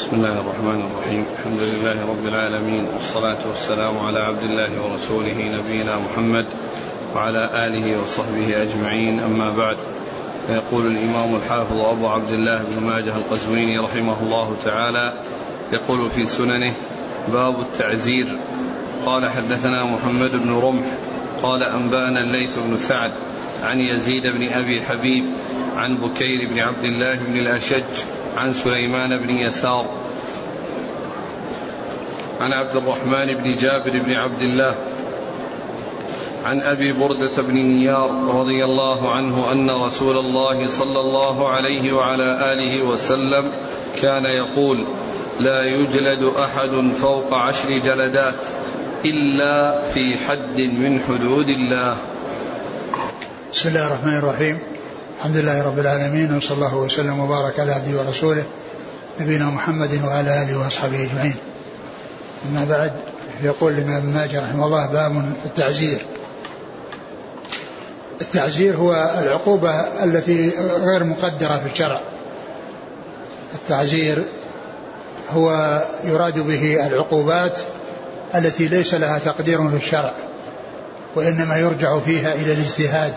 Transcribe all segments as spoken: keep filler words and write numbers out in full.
بسم الله الرحمن الرحيم. الحمد لله رب العالمين، والصلاة والسلام على عبد الله ورسوله نبينا محمد وعلى آله وصحبه أجمعين، أما بعد. فيقول الإمام الحافظ أبو عبد الله بن ماجه القزويني رحمه الله تعالى يقول في سننه: باب التعزير. قال: حدثنا محمد بن رمح قال: أنبأنا الليث بن سعد عن يزيد بن أبي حبيب عن بكير بن عبد الله بن الأشج عن سليمان بن يسار عن عبد الرحمن بن جابر بن عبد الله عن أبي بردة بن نيار رضي الله عنه أن رسول الله صلى الله عليه وعلى آله وسلم كان يقول: لا يجلد أحد فوق عشر جلدات إلا في حد من حدود الله. بسم الله الرحمن الرحيم. الحمد لله رب العالمين، وصلى الله وسلم وبارك على عبده ورسوله نبينا محمد وعلى آله وأصحابه أجمعين. أما بعد، يقول الإمام ابن ماجه رحمه الله: باب في التعزير. التعزير هو العقوبة التي غير مقدرة في الشرع. التعزير هو يراد به العقوبات التي ليس لها تقدير في الشرع، وإنما يرجع فيها إلى الاجتهاد.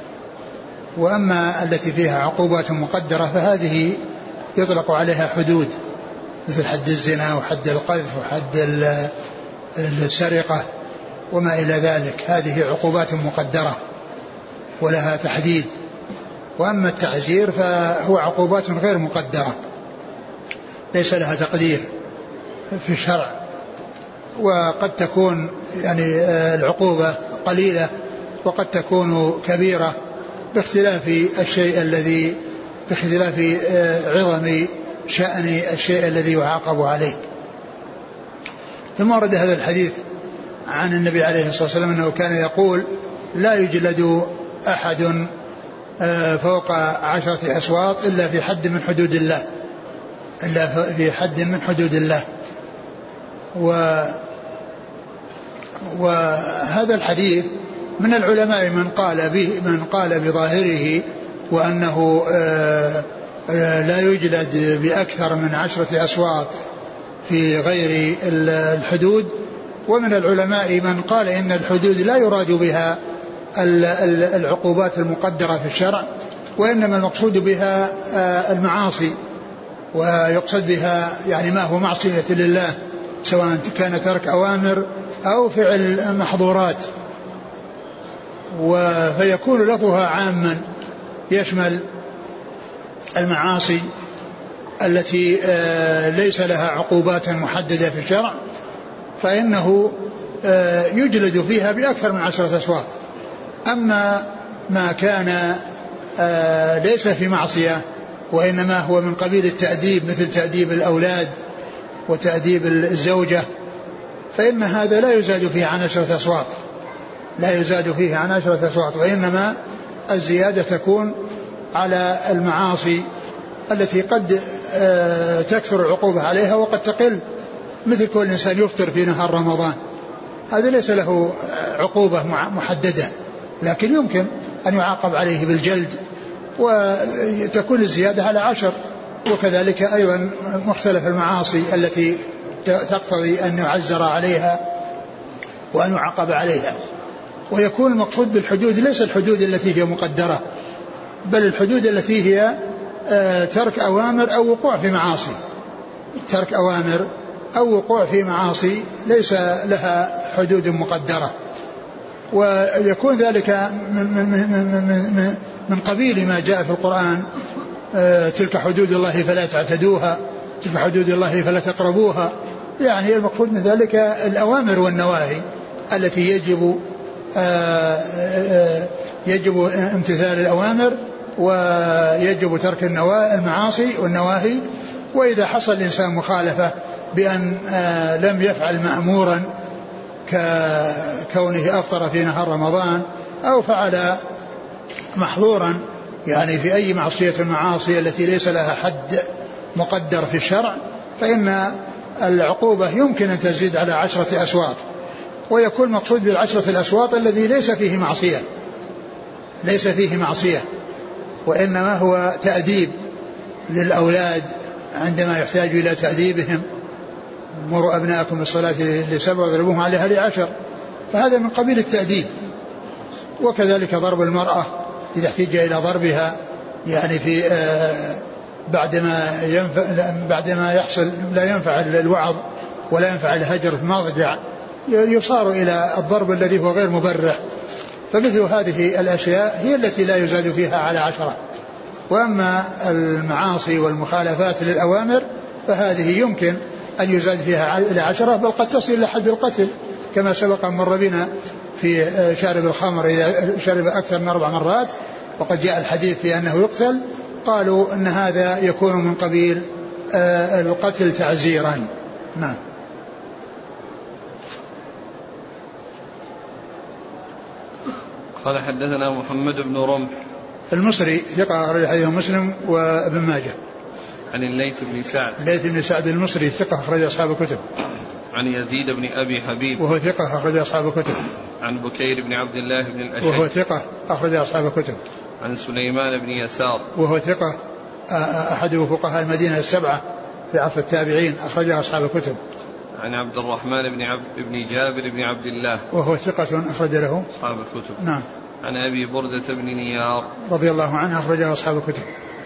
وأما التي فيها عقوبات مقدرة فهذه يطلق عليها حدود، مثل حد الزنا وحد القذف وحد السرقة وما إلى ذلك، هذه عقوبات مقدرة ولها تحديد. وأما التعزير فهو عقوبات غير مقدرة ليس لها تقدير في الشرع، وقد تكون يعني العقوبة قليلة وقد تكون كبيرة باختلاف الشيء الذي باختلاف عظم شأن الشيء الذي يعاقب عليه. ثم ورد هذا الحديث عن النبي عليه الصلاة والسلام أنه كان يقول: لا يجلد أحد فوق عشرة أسواط إلا في حد من حدود الله إلا في حد من حدود الله. و وهذا الحديث من العلماء من قال به من قال بظاهره وأنه لا يجلد بأكثر من عشرة أسواط في غير الحدود، ومن العلماء من قال إن الحدود لا يراد بها العقوبات المقدرة في الشرع، وإنما المقصود بها المعاصي، ويقصد بها يعني ما هو معصية لله، سواء كان ترك أوامر أو فعل محظورات. فيكون لفظها عاما يشمل المعاصي التي ليس لها عقوبات محددة في الشرع، فإنه يجلد فيها بأكثر من عشرة أسواط. أما ما كان ليس في معصية وإنما هو من قبيل التأديب، مثل تأديب الأولاد وتأديب الزوجة، فإن هذا لا يزاد فيه عن عشرة أسواط لا يزاد فيه عن عشرة أسواط وإنما الزيادة تكون على المعاصي التي قد تكثر العقوبة عليها وقد تقل، مثل كل إنسان يفطر في نهار رمضان، هذا ليس له عقوبة محددة، لكن يمكن أن يعاقب عليه بالجلد وتكون الزيادة على عشر. وكذلك أيضا مختلف المعاصي التي تقتضي أن يعزر عليها وأن يعاقب عليها. ويكون المقصود بالحدود ليس الحدود التي هي مقدرة، بل الحدود التي هي ترك أوامر أو وقوع في معاصي ترك أوامر أو وقوع في معاصي ليس لها حدود مقدرة، ويكون ذلك من, من, من, من, من قبيل ما جاء في القرآن: تلك حدود الله فلا تعتدوها، تلك حدود الله فلا تقربوها. يعني المقصود من ذلك الأوامر والنواهي التي يجب يجب امتثال الأوامر ويجب ترك المعاصي والنواهي. وإذا حصل الإنسان مخالفة بأن لم يفعل مأمورا ككونه أفطر في نهار رمضان أو فعل محظورا، يعني في أي معصية المعاصي التي ليس لها حد مقدر في الشرع، فإن العقوبة يمكن أن تزيد على عشرة أسواط. ويكون مقصود بالعشرة الأسواط الذي ليس فيه معصية ليس فيه معصية وإنما هو تأديب للأولاد عندما يحتاج إلى تأديبهم، مروا أبناءكم بالصلاة لسبع واضربوهم عليها لعشر، فهذا من قبيل التأديب. وكذلك ضرب المرأة إذا احتاج إلى ضربها، يعني في بعدما ينفع بعدما يحصل لا ينفع الوعظ ولا ينفع الهجر في المضجع، يصار إلى الضرب الذي هو غير مبرح. فمثل هذه الأشياء هي التي لا يزاد فيها على عشرة. وأما المعاصي والمخالفات للأوامر فهذه يمكن أن يزاد فيها إلى عشرة، بل قد تصل إلى حد القتل كما سبق مر بنا في شارب الخمر إذا شرب أكثر من أربع مرات وقد جاء الحديث في أنه يقتل، قالوا أن هذا يكون من قبيل القتل تعزيرا. نعم. قال حدثنا محمد بن رمح المصري ثقة أخرج حديثه مسلم وابن ماجه. عن الليث بن سعد الليث بن سعد المصري ثقة أخرج أصحاب الكتب. عن يزيد بن أبي حبيب وهو ثقة أخرج أصحاب الكتب. عن بكير بن عبد الله بن الأشج وهو ثقة أخرج أصحاب الكتب. عن سليمان بن يسار وهو ثقة أحد فقهاء المدينة السبعة في عصر التابعين أخرج أصحاب الكتب. عن عبد الرحمن بن عبد بن جابر بن عبد الله وهو ثقة أخرج له أصحاب الكتب. نعم. عن أبي بردة بن نيار رضي الله عنه أخرج أصحاب الكتب.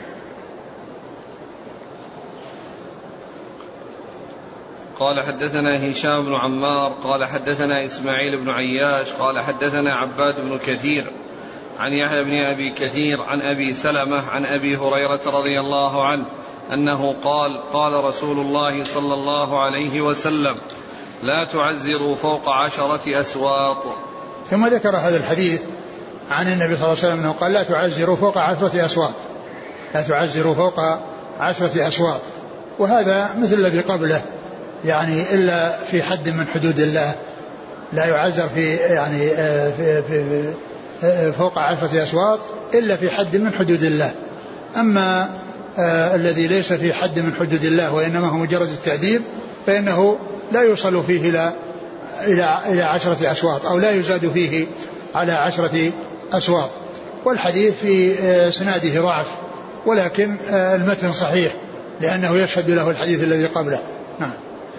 قال حدثنا هشام بن عمار قال حدثنا إسماعيل بن عياش قال حدثنا عباد بن كثير عن يحيى بن أبي كثير عن أبي سلمة عن أبي هريرة رضي الله عنه أنه قال قال رسول الله صلى الله عليه وسلم لا تعزروا فوق عشرة أسواط. ثم ذكر هذا الحديث عن النبي صلى الله عليه وسلم أنه قال لا تعزروا فوق عشرة أسواط، لا تعزروا فوق عشرة أسواط، وهذا مثل الذي قبله، يعني إلا في حد من حدود الله، لا يعزر في يعني في في فوق عشرة أسواط إلا في حد من حدود الله. أما آه الذي ليس في حد من حدود الله وإنما هو مجرد التأديب فإنه لا يوصل فيه إلى إلى إلى عشرة أسواط أو لا يزاد فيه على عشرة أسواط. والحديث في آه سناده ضعف، ولكن آه المتن صحيح لأنه يشهد له الحديث الذي قبله. نعم.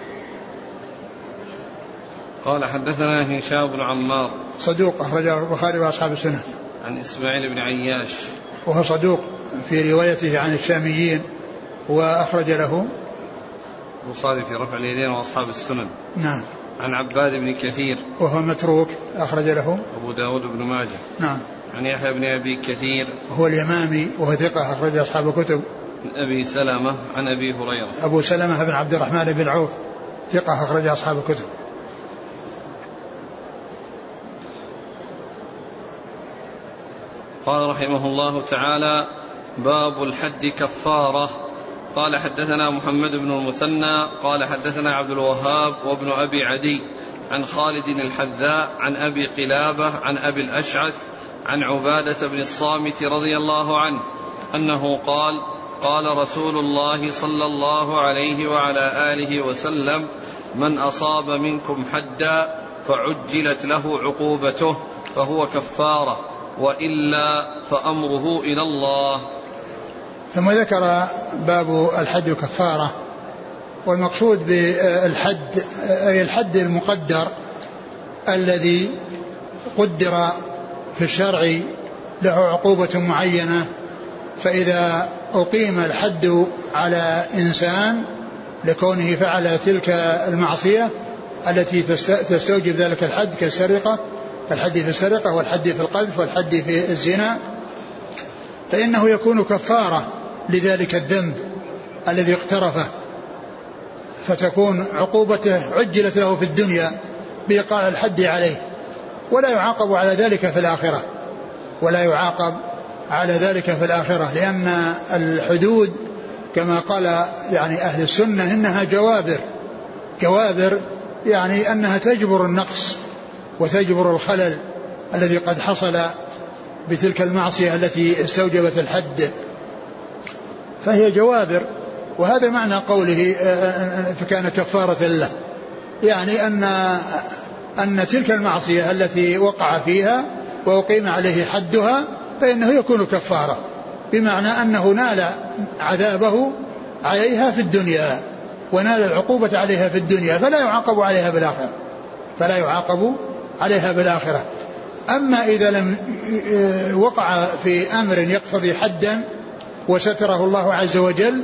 قال حدثنا هشام بن عمار صدوق أخرجه البخاري وأصحاب السنة. عن إسماعيل بن عياش وهو صدوق في روايته عن الشاميين وأخرج له البخاري في رفع اليدين وأصحاب السنن. نعم. عن عباد بن كثير وهو متروك أخرج له أبو داود بن ماجه. نعم. عن يحيى بن أبي كثير هو اليمامي وهو ثقة أخرج أصحاب الكتب. عن أبي سلمة عن أبي هريرة أبو سلمة بن عبد الرحمن بن عوف ثقة أخرج أصحاب الكتب. قال رحمه الله تعالى باب الحد كفارة. قال حدثنا محمد بن المثنى قال حدثنا عبد الوهاب وابن أبي عدي عن خالد الحذاء عن أبي قلابة عن أبي الأشعث عن عبادة بن الصامت رضي الله عنه أنه قال قال رسول الله صلى الله عليه وعلى آله وسلم من أصاب منكم حدا فعجلت له عقوبته فهو كفارة وإلا فأمره إلى الله. ثم ذكر باب الحد كفارة، والمقصود بالحد أي الحد المقدر الذي قدر في الشرع له عقوبة معينة، فإذا أقيم الحد على إنسان لكونه فعل تلك المعصية التي تستوجب ذلك الحد كالسرقة، الحد في السرقة والحد في القذف والحد في الزنا، فإنه يكون كفارة لذلك الذنب الذي اقترفه، فتكون عقوبته عجلت له في الدنيا بإيقاع الحد عليه، ولا يعاقب على ذلك في الآخرة، ولا يعاقب على ذلك في الآخرة، لأن الحدود كما قال يعني أهل السنة إنها جوابر، جوابر يعني أنها تجبر النقص وتجبر الخلل الذي قد حصل بتلك المعصية التي استوجبت الحد، فهي جوابر. وهذا معنى قوله فكان كفارة له، يعني أن أن تلك المعصية التي وقع فيها وأقيم عليه حدها فإنه يكون كفارة، بمعنى أنه نال عذابه عليها في الدنيا ونال العقوبة عليها في الدنيا فلا يعاقب عليها بالآخرة فلا يعاقب عليها بالآخرة. أما إذا لم وقع في أمر يقتضي حدا وستره الله عز وجل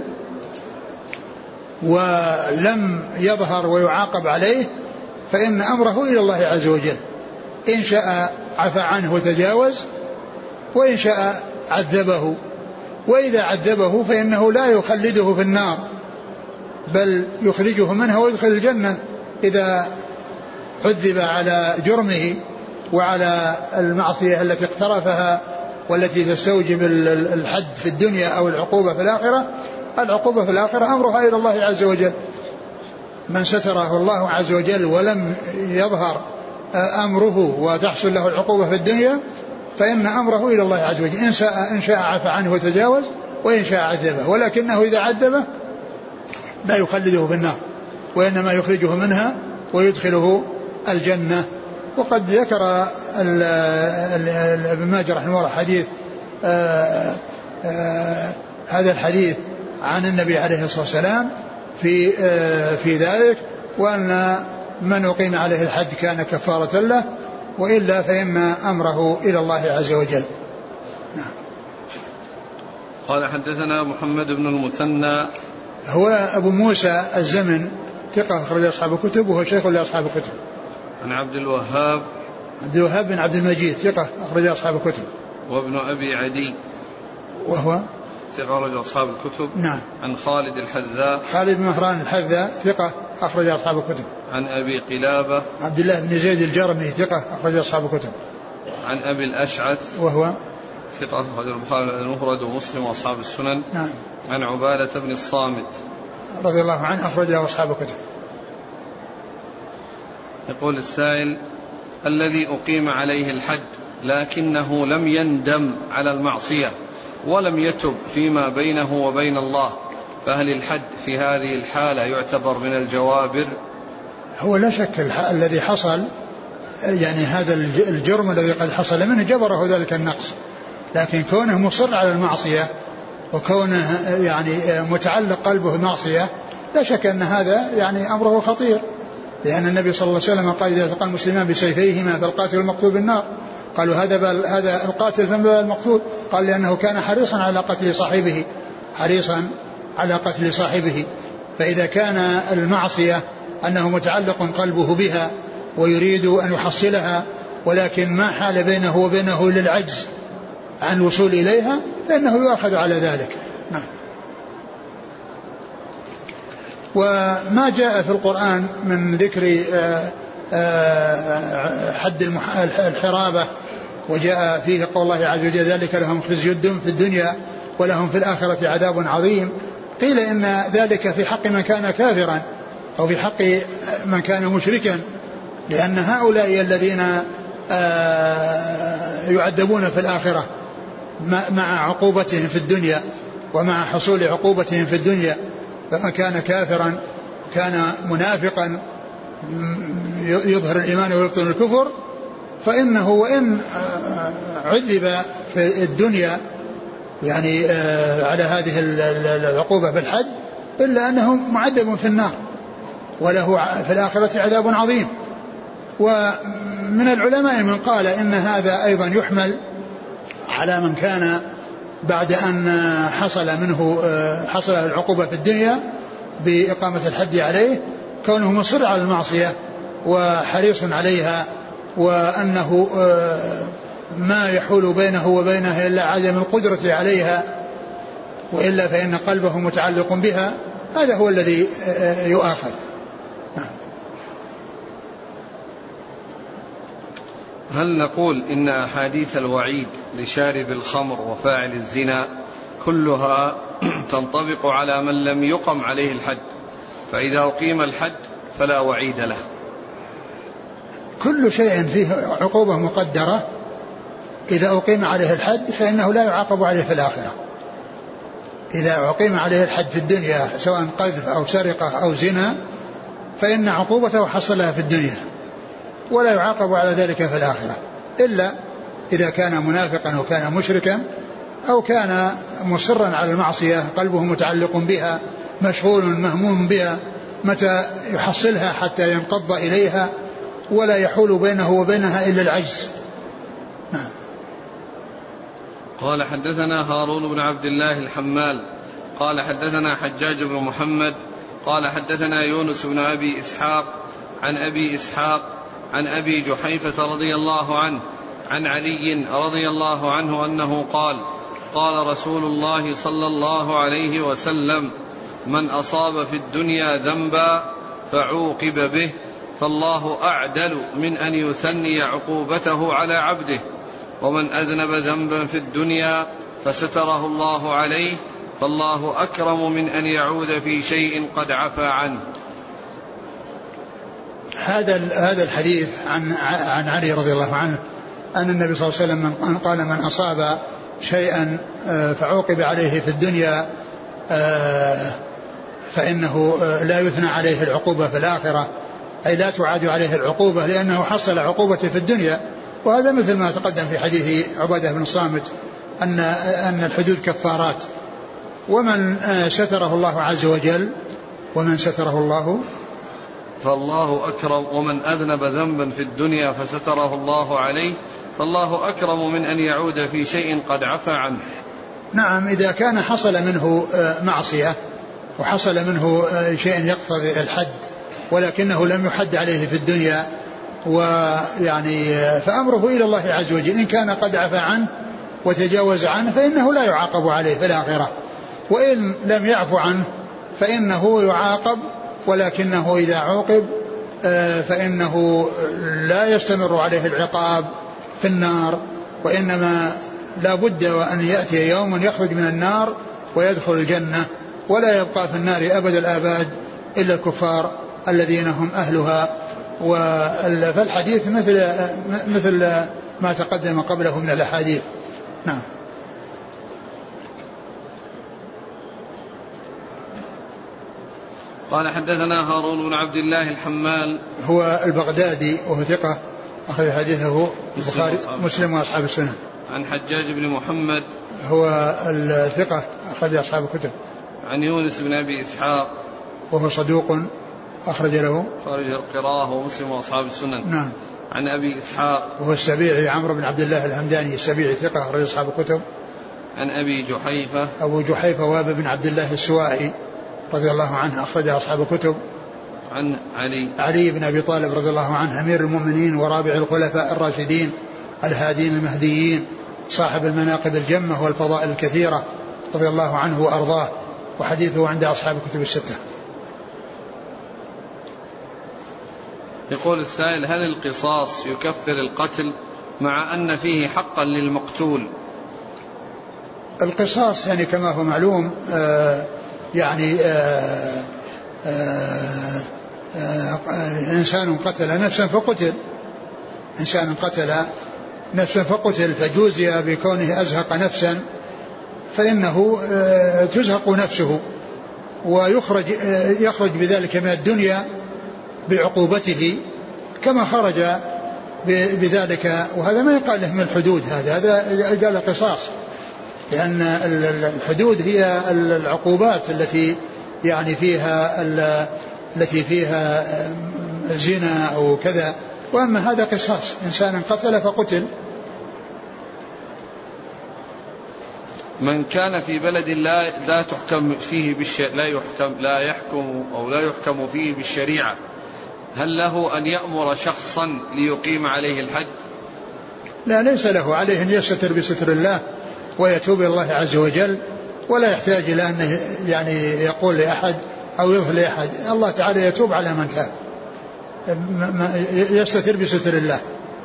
ولم يظهر ويعاقب عليه فإن أمره إلى الله عز وجل، إن شاء عفى عنه وتجاوز وإن شاء عذبه، وإذا عذبه فإنه لا يخلده في النار بل يخرجه منها ويدخل الجنة إذا عذب على جرمه وعلى المعصية التي اقترفها والتي تستوجب الحد في الدنيا أو العقوبة في الآخرة. العقوبة في الآخرة أمرها إلى الله عز وجل. من ستره الله عز وجل ولم يظهر أمره وتحصل له العقوبة في الدنيا فإن أمره إلى الله عز وجل، إن شاء, إن شاء عفى عنه وتجاوز وإن شاء عذبه، ولكنه إذا عذبه لا يخلده في النار وإنما يخرجه منها ويدخله الجنة. وقد ذكر ابن ماجه رحمه الله حديث آآ آآ هذا الحديث عن النبي عليه الصلاة والسلام في في ذلك، وأن من أقيم عليه الحد كان كفارة له وإلا فإن أمره إلى الله عز وجل. نعم. قال حدثنا محمد بن المثنى هو أبو موسى الزمن ثقة أخرج أصحاب الكتب وهو شيخ لأصحاب الكتب. عن عبد الوهاب عبد الوهاب بن عبد المجيد ثقة أخرج أصحاب الكتب. وابن أبي عدي وهو ثقة أخرج أصحاب الكتب. نعم. عن خالد الحذاء خالد بن مهران الحذاء ثقة أخرج أصحاب الكتب. عن أبي قلابة عبد الله بن زيد الجرمي ثقة أخرج أصحاب الكتب. عن أبي الأشعث وهو ثقة أخرج البخاري المفرد ومسلم وأصحاب السنن. نعم. عن عبادة بن الصامت رضي الله عنه أخرج له أصحاب الكتب. يقول السائل: الذي أقيم عليه الحد لكنه لم يندم على المعصية ولم يتب فيما بينه وبين الله، فهل الحد في هذه الحالة يعتبر من الجوابر؟ هو لا شك الذي حصل يعني هذا الجرم الذي قد حصل منه جبره ذلك النقص، لكن كونه مصر على المعصية وكونه يعني متعلق قلبه المعصية لا شك أن هذا يعني أمره خطير، لأن النبي صلى الله عليه وسلم قال: إذا التقى المسلمان بسيفيهما فالقاتل المقتول بالنار. قالوا: هذا هذا القاتل فما المقتول؟ قال: لأنه كان حريصا على قتل صاحبه حريصا على قتل صاحبه. فإذا كان المعصية أنه متعلق قلبه بها ويريد أن يحصلها ولكن ما حال بينه وبينه للعجز عن الوصول إليها فإنه يؤخذ على ذلك. نعم. وما جاء في القرآن من ذكر حد الحرابة وجاء فيه قول الله عز وجل: ذلك لهم خزي في الدنيا ولهم في الآخرة عذاب عظيم. قيل إن ذلك في حق من كان كافرا أو في حق من كان مشركا، لأن هؤلاء الذين يعذبون في الآخرة مع عقوبتهم في الدنيا ومع حصول عقوبتهم في الدنيا، فمن كان كافرا كان منافقا يظهر الإيمان ويبطن الكفر فإنه وإن عذب في الدنيا يعني على هذه العقوبة بالحد إلا أنه معذب في النار وله في الآخرة عذاب عظيم. ومن العلماء من قال إن هذا أيضا يحمل على من كان بعد أن حصل منه حصل العقوبة في الدنيا بإقامة الحد عليه كونه مصر على المعصية وحريص عليها، وأنه ما يحول بينه وبينها إلا عدم القدرة عليها وإلا فإن قلبه متعلق بها، هذا هو الذي يؤاخذ. هل نقول إن أحاديث الوعيد لشارب الخمر وفاعل الزنا كلها تنطبق على من لم يقم عليه الحد، فإذا أقيم الحد فلا وعيد له؟ كل شيء فيه عقوبة مقدرة إذا أقيم عليه الحد فإنه لا يعاقب عليه في الآخرة. إذا أقيم عليه الحد في الدنيا سواء قذف أو سرقة أو زنا فإن عقوبته حصلها في الدنيا ولا يعاقب على ذلك في الآخرة، إلا إذا كان منافقا أو كان مشركا أو كان مصرا على المعصية قلبه متعلق بها مشغول مهموم بها متى يحصلها حتى ينقض إليها ولا يحول بينه وبينها إلا العجز. نعم. قال حدثنا هارون بن عبد الله الحمال قال حدثنا حجاج بن محمد قال حدثنا يونس بن أبي إسحاق عن أبي إسحاق عن أبي جحيفة رضي الله عنه عن علي رضي الله عنه أنه قال قال رسول الله صلى الله عليه وسلم من أصاب في الدنيا ذنبا فعوقب به فالله أعدل من أن يثني عقوبته على عبده ومن أذنب ذنبا في الدنيا فستره الله عليه فالله أكرم من أن يعود في شيء قد عفى عنه. هذا هذا الحديث عن عن علي رضي الله عنه أن النبي صلى الله عليه وسلم قال من أصاب شيئا فعوقب عليه في الدنيا فإنه لا يثنى عليه العقوبة في الآخرة، أي لا تعاد عليه العقوبة لأنه حصل عقوبته في الدنيا. وهذا مثل ما تقدم في حديث عبادة بن الصامت أن أن الحدود كفارات. ومن ستره الله عز وجل ومن ستره الله فالله أكرم ومن أذنب ذنبا في الدنيا فستره الله عليه فالله أكرم من أن يعود في شيء قد عفى عنه. نعم، إذا كان حصل منه معصية وحصل منه شيء يقتضي الحد ولكنه لم يحد عليه في الدنيا ويعني فأمره إلى الله عز وجل، إن كان قد عفى عنه وتجاوز عنه فإنه لا يعاقب عليه في الآخرة، وإن لم يعفو عنه فإنه يعاقب، ولكنه إذا عوقب فإنه لا يستمر عليه العقاب في النار، وإنما لا بد وأن يأتي يوم يخرج من النار ويدخل الجنة ولا يبقى في النار أبد الآباد إلا الكفار الذين هم أهلها. فالحديث مثل مثل ما تقدم قبله من الأحاديث. نعم. قال حدثنا هارون بن عبد الله الحمال هو البغدادي وهو ثقة أخرج حديثه البخاري مسلم وأصحاب السنن. عن حجاج بن محمد هو الثقة أخرج أصحاب الكتب. عن يونس بن أبي إسحاق وهو صدوق أخرج له خارج القراءة ومسلم وأصحاب السنن. نعم. عن أبي إسحاق وهو السبيعي عمرو بن عبد الله الهمداني السبيعي ثقة أخرج أصحاب الكتب. عن أبي جحيفة أبو جحيفة وهب بن عبد الله السوائي رضي الله عنه أخرج أصحاب الكتب. عن علي علي بن أبي طالب رضي الله عنه أمير المؤمنين ورابع الخلفاء الراشدين الهادين المهديين صاحب المناقب الجمة والفضائل الكثيرة رضي الله عنه وأرضاه، وحديثه عند أصحاب الكتب الستة. يقول السائل هل القصاص يكفر القتل مع أن فيه حقا للمقتول؟ القصاص يعني كما هو معلوم آه يعني آه آه آه إنسان قتل نفسا فقتل إنسان قتل نفسا فقتل فجوزي بكونه أزهق نفسا فإنه آه تزهق نفسه ويخرج آه يخرج بذلك من الدنيا بعقوبته كما خرج بذلك، وهذا ما يقال له من الحدود، هذا هذا قال قصاص، لأن الحدود هي العقوبات التي يعني فيها التي فيها زنا أو كذا، وأما هذا قصاص إنسان قتل فقتل. من كان في بلد لا لا تحكم فيه بالش... لا يحكم لا يحكم أو لا يحكم فيه بالشريعة، هل له أن يأمر شخصا ليقيم عليه الحد؟ لا، ليس له، عليه أن يستتر بستر الله ويتوب إلى الله عز وجل، ولا يحتاج إلى أن يعني يقول لأحد أو يظهر لأحد، الله تعالى يتوب على من تاب، يستتر بستر الله.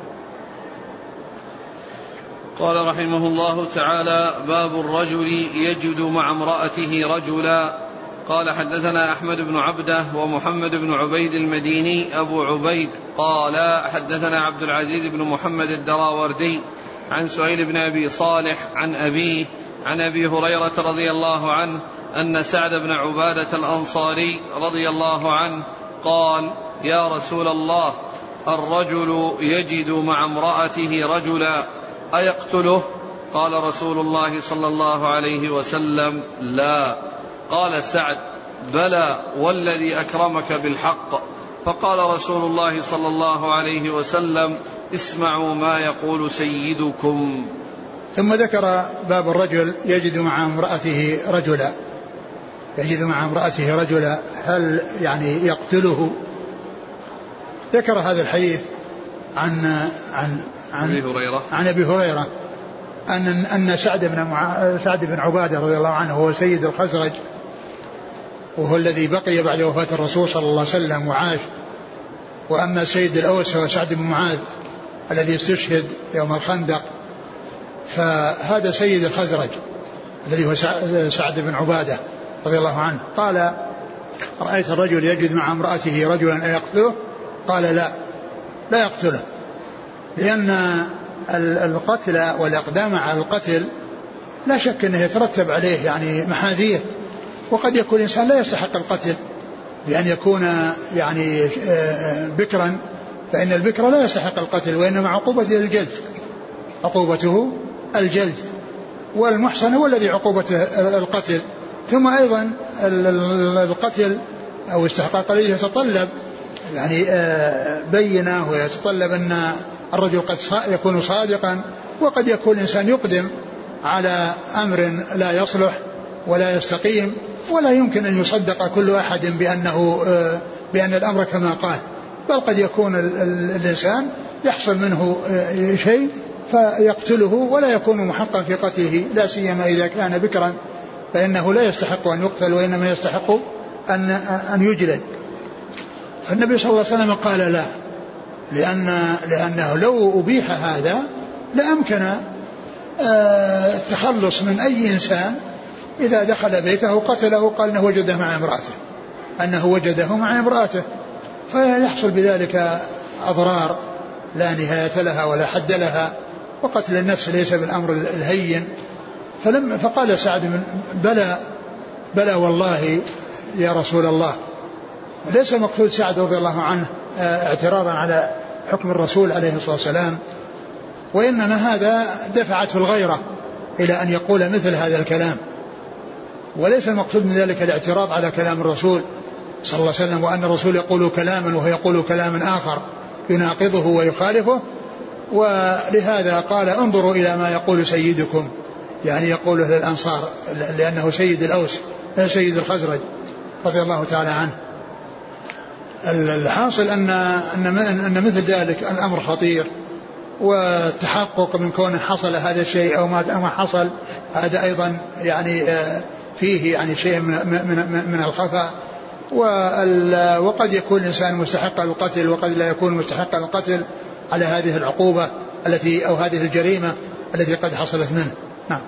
قال رحمه الله تعالى: باب الرجل يجد مع امرأته رجلا. قال حدثنا أحمد بن عبده ومحمد بن عبيد المديني أبو عبيد قال حدثنا عبد العزيز بن محمد الدراوردي عن سهيل بن أبي صالح عن أبيه عن أبي هريرة رضي الله عنه أن سعد بن عبادة الأنصاري رضي الله عنه قال: يا رسول الله، الرجل يجد مع امرأته رجلا أيقتله؟ قال رسول الله صلى الله عليه وسلم: لا. قال سعد: بلى والذي أكرمك بالحق. فقال رسول الله صلى الله عليه وسلم: اسمعوا ما يقول سيدكم. ثم ذكر باب الرجل يجد مع امرأته رجلا يجد مع امرأته رجلا هل يعني يقتله؟ ذكر هذا الحديث عن عن عن أبي هريرة عن أبي هريرة أن أن سعد بن مع... سعد بن عبادة رضي الله عنه هو سيد الخزرج، وهو الذي بقي بعد وفاة الرسول صلى الله عليه وسلم وعاش. وأما سيد الأوس هو سعد بن معاذ الذي استشهد يوم الخندق، فهذا سيد الخزرج الذي هو سعد بن عبادة رضي الله عنه. قال: رأيت الرجل يجد مع امرأته رجلا أيقتله؟ قال: لا لا يقتله، لأن القتل والإقدام على القتل لا شك أنه يترتب عليه يعني محاذير، وقد يكون الإنسان لا يستحق القتل بأن يكون يعني بكرا، فإن البكر لا يستحق القتل، وإنما عقوبته الجلد عقوبته الجلد والمحصن هو الذي عقوبته القتل. ثم أيضا القتل أو استحقاق الذي يتطلب يعني بينة، ويتطلب أن الرجل قد يكون صادقا، وقد يكون الإنسان يقدم على أمر لا يصلح ولا يستقيم، ولا يمكن أن يصدق كل أحد بأنه بأن الأمر كما قال، بل قد يكون الإنسان يحصل منه شيء فيقتله ولا يكون محقا في قتله، لا سيما إذا كان بكرا فإنه لا يستحق أن يقتل، وإنما يستحق أن أن يجلد. فالنبي صلى الله عليه وسلم قال: لا، لأن لأنه لو أبيح هذا لأمكن التخلص من أي إنسان إذا دخل بيته قتله، قال أنه وجده مع امرأته أنه وجده مع امرأته فيحصل بذلك أضرار لا نهاية لها ولا حد لها، وقتل النفس ليس بالأمر الهين. فلم فقال سعد: من بلى بلى والله يا رسول الله. ليس مقصود سعد رضي الله عنه اعتراضا على حكم الرسول عليه الصلاة والسلام، وإنما هذا دفعته الغيرة إلى أن يقول مثل هذا الكلام، وليس المقصود من ذلك الاعتراض على كلام الرسول صلى الله عليه وسلم، وأن الرسول يقول كلاما وهو يقول كلاما آخر يناقضه ويخالفه. ولهذا قال: انظروا إلى ما يقول سيدكم، يعني يقوله للأنصار لأنه سيد الأوس سيد الخزرج رضي الله تعالى عنه. الحاصل أن أن مثل ذلك الأمر خطير، والتحقق من كون حصل هذا الشيء أو ما حصل هذا أيضا يعني فيه يعني شيء من من من الخفاء، وقد يكون الإنسان مستحق القتل وقد لا يكون مستحق القتل على هذه العقوبة التي أو هذه الجريمة التي قد حصلت منه. نعم.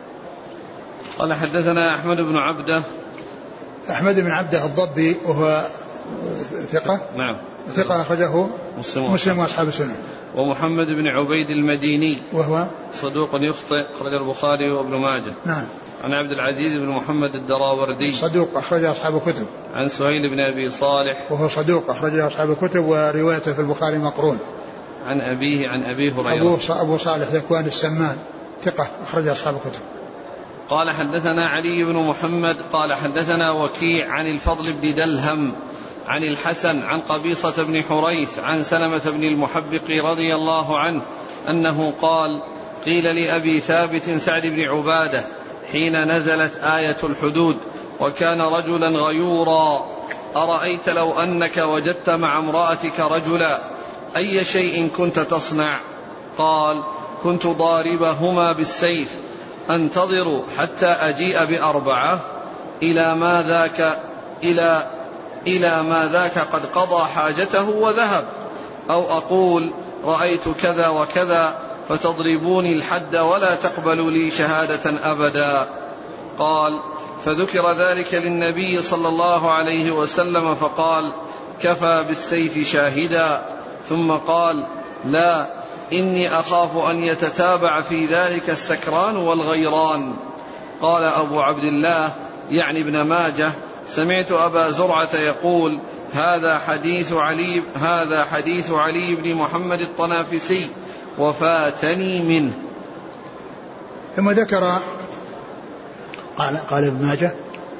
قال: حدثنا أحمد بن عبده أحمد بن عبده الضبي وهو ثقة نعم ثقة أخرجه مسلم, مسلم وأصحاب السنن. ومحمد بن عبيد المديني وهو صدوق يخطئ، أخرج البخاري وابن ماجه. نعم. عن عبد العزيز بن محمد الدراوردي صدوق أخرج أصحاب الكتب. عن سهيل بن أبي صالح وهو صدوق أخرج أصحاب الكتب وروايته في البخاري مقرون. عن أبيه عن أبي هريرة أبو, أبو صالح ذكوان السمان ثقة أخرج أصحاب الكتب. قال: حدثنا علي بن محمد قال: حدثنا وكيع عن الفضل بن دلهم عن الحسن عن قبيصة بن حريث عن سلمة بن المحبق رضي الله عنه أنه قال: قيل لأبي ثابت سعد بن عبادة حين نزلت آية الحدود: وكان رجلا غيورا، أرأيت لو أنك وجدت مع امرأتك رجلا أي شيء كنت تصنع؟ قال: كنت ضاربهما بالسيف أنتظر حتى أجيء بأربعة إلى ما ذاك إلى إلى ما ذاك قد قضى حاجته وذهب، أو أقول رأيت كذا وكذا فتضربوني الحد ولا تقبلوا لي شهادة أبدا. قال: فذكر ذلك للنبي صلى الله عليه وسلم فقال: كفى بالسيف شاهدا. ثم قال: لا، إني أخاف أن يتتابع في ذلك السكران والغيران. قال أبو عبد الله يعني ابن ماجه: سمعت أبا زرعة يقول: هذا حديث علي هذا حديث علي بن محمد الطنافسي وفاتني منه. ثم ذكر قال قال ابن ماجه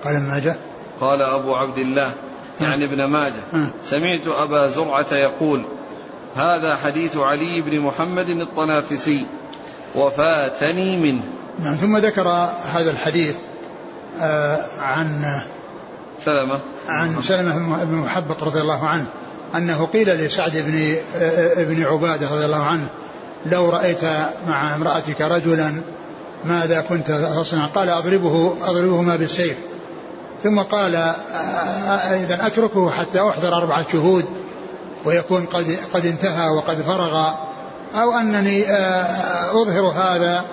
قال ابن ماجه قال أبو عبد الله يعني ابن ماجه سمعت أبا زرعة يقول هذا حديث علي بن محمد الطنافسي وفاتني منه. نعم. ثم ذكر هذا الحديث آه عن سلمة عن سلمة بن محبط رضي الله عنه أنه قيل لسعد بن ابن عبادة رضي الله عنه لو رأيت مع امرأتك رجلا ماذا كنت تصنع؟ قال أضربه أضربهما بالسيف. ثم قال إذن أتركه حتى أحضر أربعة شهود ويكون قد, قد انتهى وقد فرغ، أو أنني أظهر هذا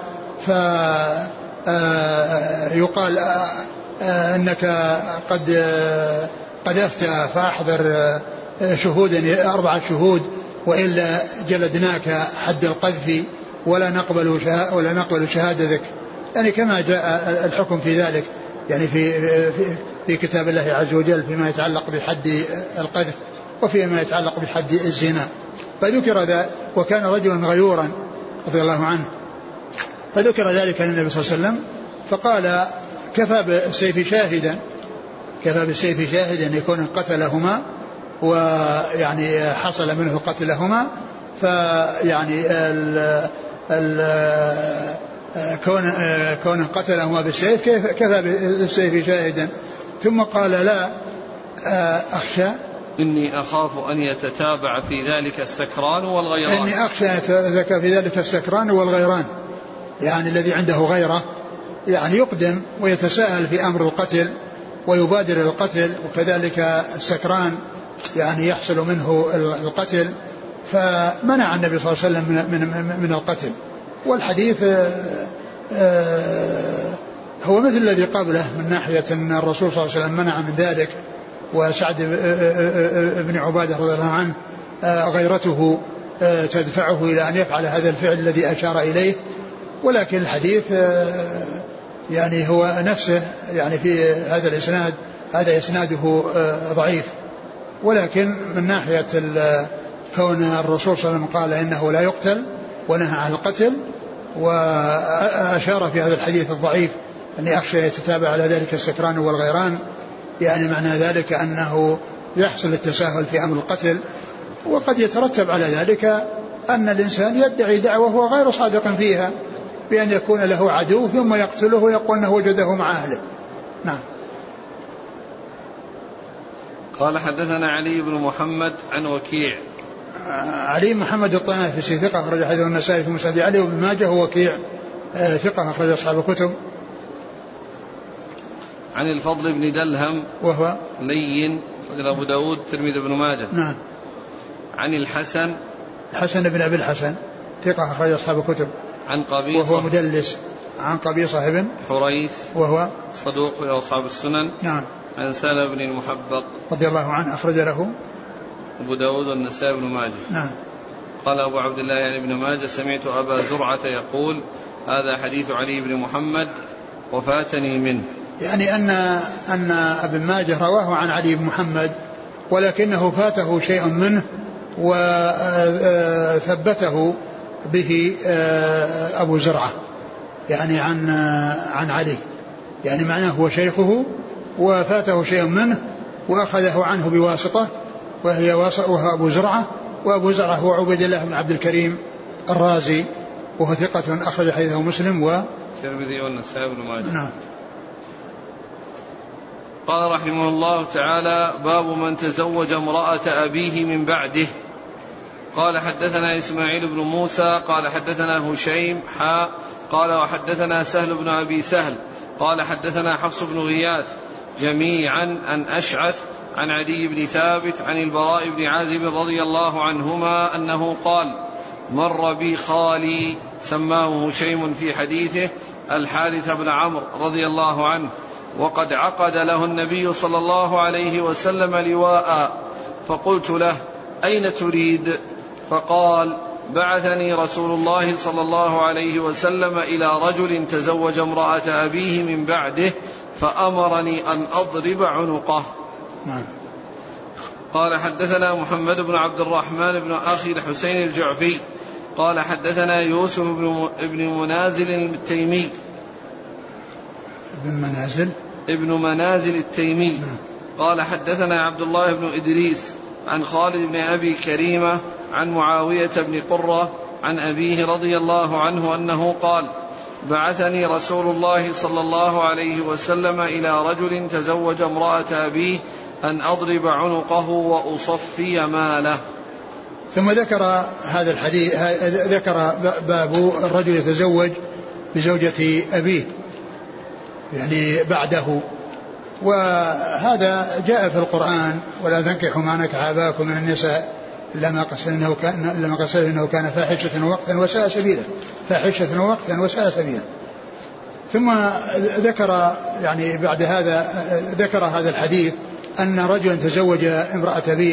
فيقال أنك قد قد أفتى فأحضر شهودا أربعة شهود وإلا جلدناك حد القذف ولا نقبل ولا نقبل شهادتك، يعني كما جاء الحكم في ذلك يعني في في, في كتاب الله عز وجل فيما يتعلق بحد القذف وفيما يتعلق بحد الزنا. فذكر ذا وكان رجلا غيورا رضي الله عنه، فذكر ذلك للنبي صلى الله عليه وسلم فقال كفى بالسيف شاهدا، كفى بالسيف شاهدا يكون قتلهما ويعني حصل منه قتلهما، فيعني ال ال كون كون قتلهما بالسيف كفى بالسيف شاهدا. ثم قال لا أخشى إني أخاف أن يتتابع في ذلك السكران والغيران، إني أخشى يتذكر في ذلك السكران والغيران، يعني الذي عنده غيرة يعني يقدم ويتساهل في أمر القتل ويبادر القتل، وكذلك السكران يعني يحصل منه القتل، فمنع النبي صلى الله عليه وسلم من, من, من القتل. والحديث هو مثل الذي قبله من ناحية أن الرسول صلى الله عليه وسلم منع من ذلك، وسعد بن عبادة رضي الله عنه غيرته تدفعه إلى أن يفعل هذا الفعل الذي أشار إليه. ولكن الحديث يعني هو نفسه يعني في هذا الإسناد هذا إسناده ضعيف، ولكن من ناحية كون الرسول صلى الله عليه وسلم قال إنه لا يقتل ونهى عن القتل، وأشار في هذا الحديث الضعيف أني أخشى يتتابع على ذلك السكران والغيران، يعني معنى ذلك أنه يحصل التساهل في أمر القتل، وقد يترتب على ذلك أن الإنسان يدعي دعوة وهو غير صادق فيها بأن يكون له عدو ثم يقتله ويقول أنه وجده مع أهله. نعم. قال حدثنا علي بن محمد عن وكيع. علي محمد الطنافسي ثقة أخرج حديث النسائي في مسند علي وابن ماجه، ووكيع ثقة أخرج أصحاب الكتب. عن الفضل بن دلهم وهو لين أخرج أبو داود ترمذي بن ماجه. نعم. عن الحسن الحسن بن أبي الحسن ثقة أخرج أصحاب الكتب. عن قبيصة وهو مدلس. عن قبيصة بن حريث وهو صدوق في أصحاب السنن. نعم. عن سالم بن المحبق رضي الله عنه أخرج له أبو داود والنسائي بن ماجه. نعم. قال أبو عبد الله يعني ابن ماجه سمعت أبا زرعة يقول هذا حديث علي بن محمد وفاتني منه، يعني أن أن ابن ماجه رواه عن علي بن محمد ولكنه فاته شيء منه وثبته به أبو زرعة يعني عن عن علي، يعني معناه هو شيخه وفاته شيء منه وأخذه عنه بواسطة وهي وهو أبو زرعة، وأبو زرعة هو عبيد الله بن عبد الكريم الرازي وهو ثقة أخرج حديثه مسلم و الترمذي والنسائي بن ماجه. نعم. قال رحمه الله تعالى باب من تزوج امرأة أبيه من بعده. قال حدثنا إسماعيل بن موسى قال حدثنا هشيم حاء قال وحدثنا سهل بن أبي سهل قال حدثنا حفص بن غياث جميعا عن أشعث عن عدي بن ثابت عن البراء بن عازب رضي الله عنهما أنه قال مر بي خالي سماه هشيم في حديثه الحارث بن عمرو رضي الله عنه وقد عقد له النبي صلى الله عليه وسلم لواء، فقلت له أين تريد؟ فقال بعثني رسول الله صلى الله عليه وسلم إلى رجل تزوج امرأة أبيه من بعده فأمرني أن أضرب عنقه. قال حدثنا محمد بن عبد الرحمن بن أخي الحسين الجعفي قال حدثنا يوسف بن منازل التيمي بن منازل ابن منازل التيمي قال حدثنا عبد الله بن إدريس عن خالد بن أبي كريمة عن معاوية بن قرة عن أبيه رضي الله عنه أنه قال بعثني رسول الله صلى الله عليه وسلم إلى رجل تزوج امرأة أبيه أن أضرب عنقه وأصفي ماله. ثم ذكر هذا الحديث، ذكر باب الرجل يتزوج بزوجة أبيه يعني بعده، وهذا جاء في القرآن ولا تنكحوا ما نكح آباءكم من النساء إلا ما قصد إنه كان, إلا ما قصد إنه كان فاحشة ووقتا وساء سبيلا، فاحشة ووقتا وساء سبيلا. ثم ذكر يعني بعد هذا ذكر هذا الحديث أن رجلا تزوج امرأة أبيه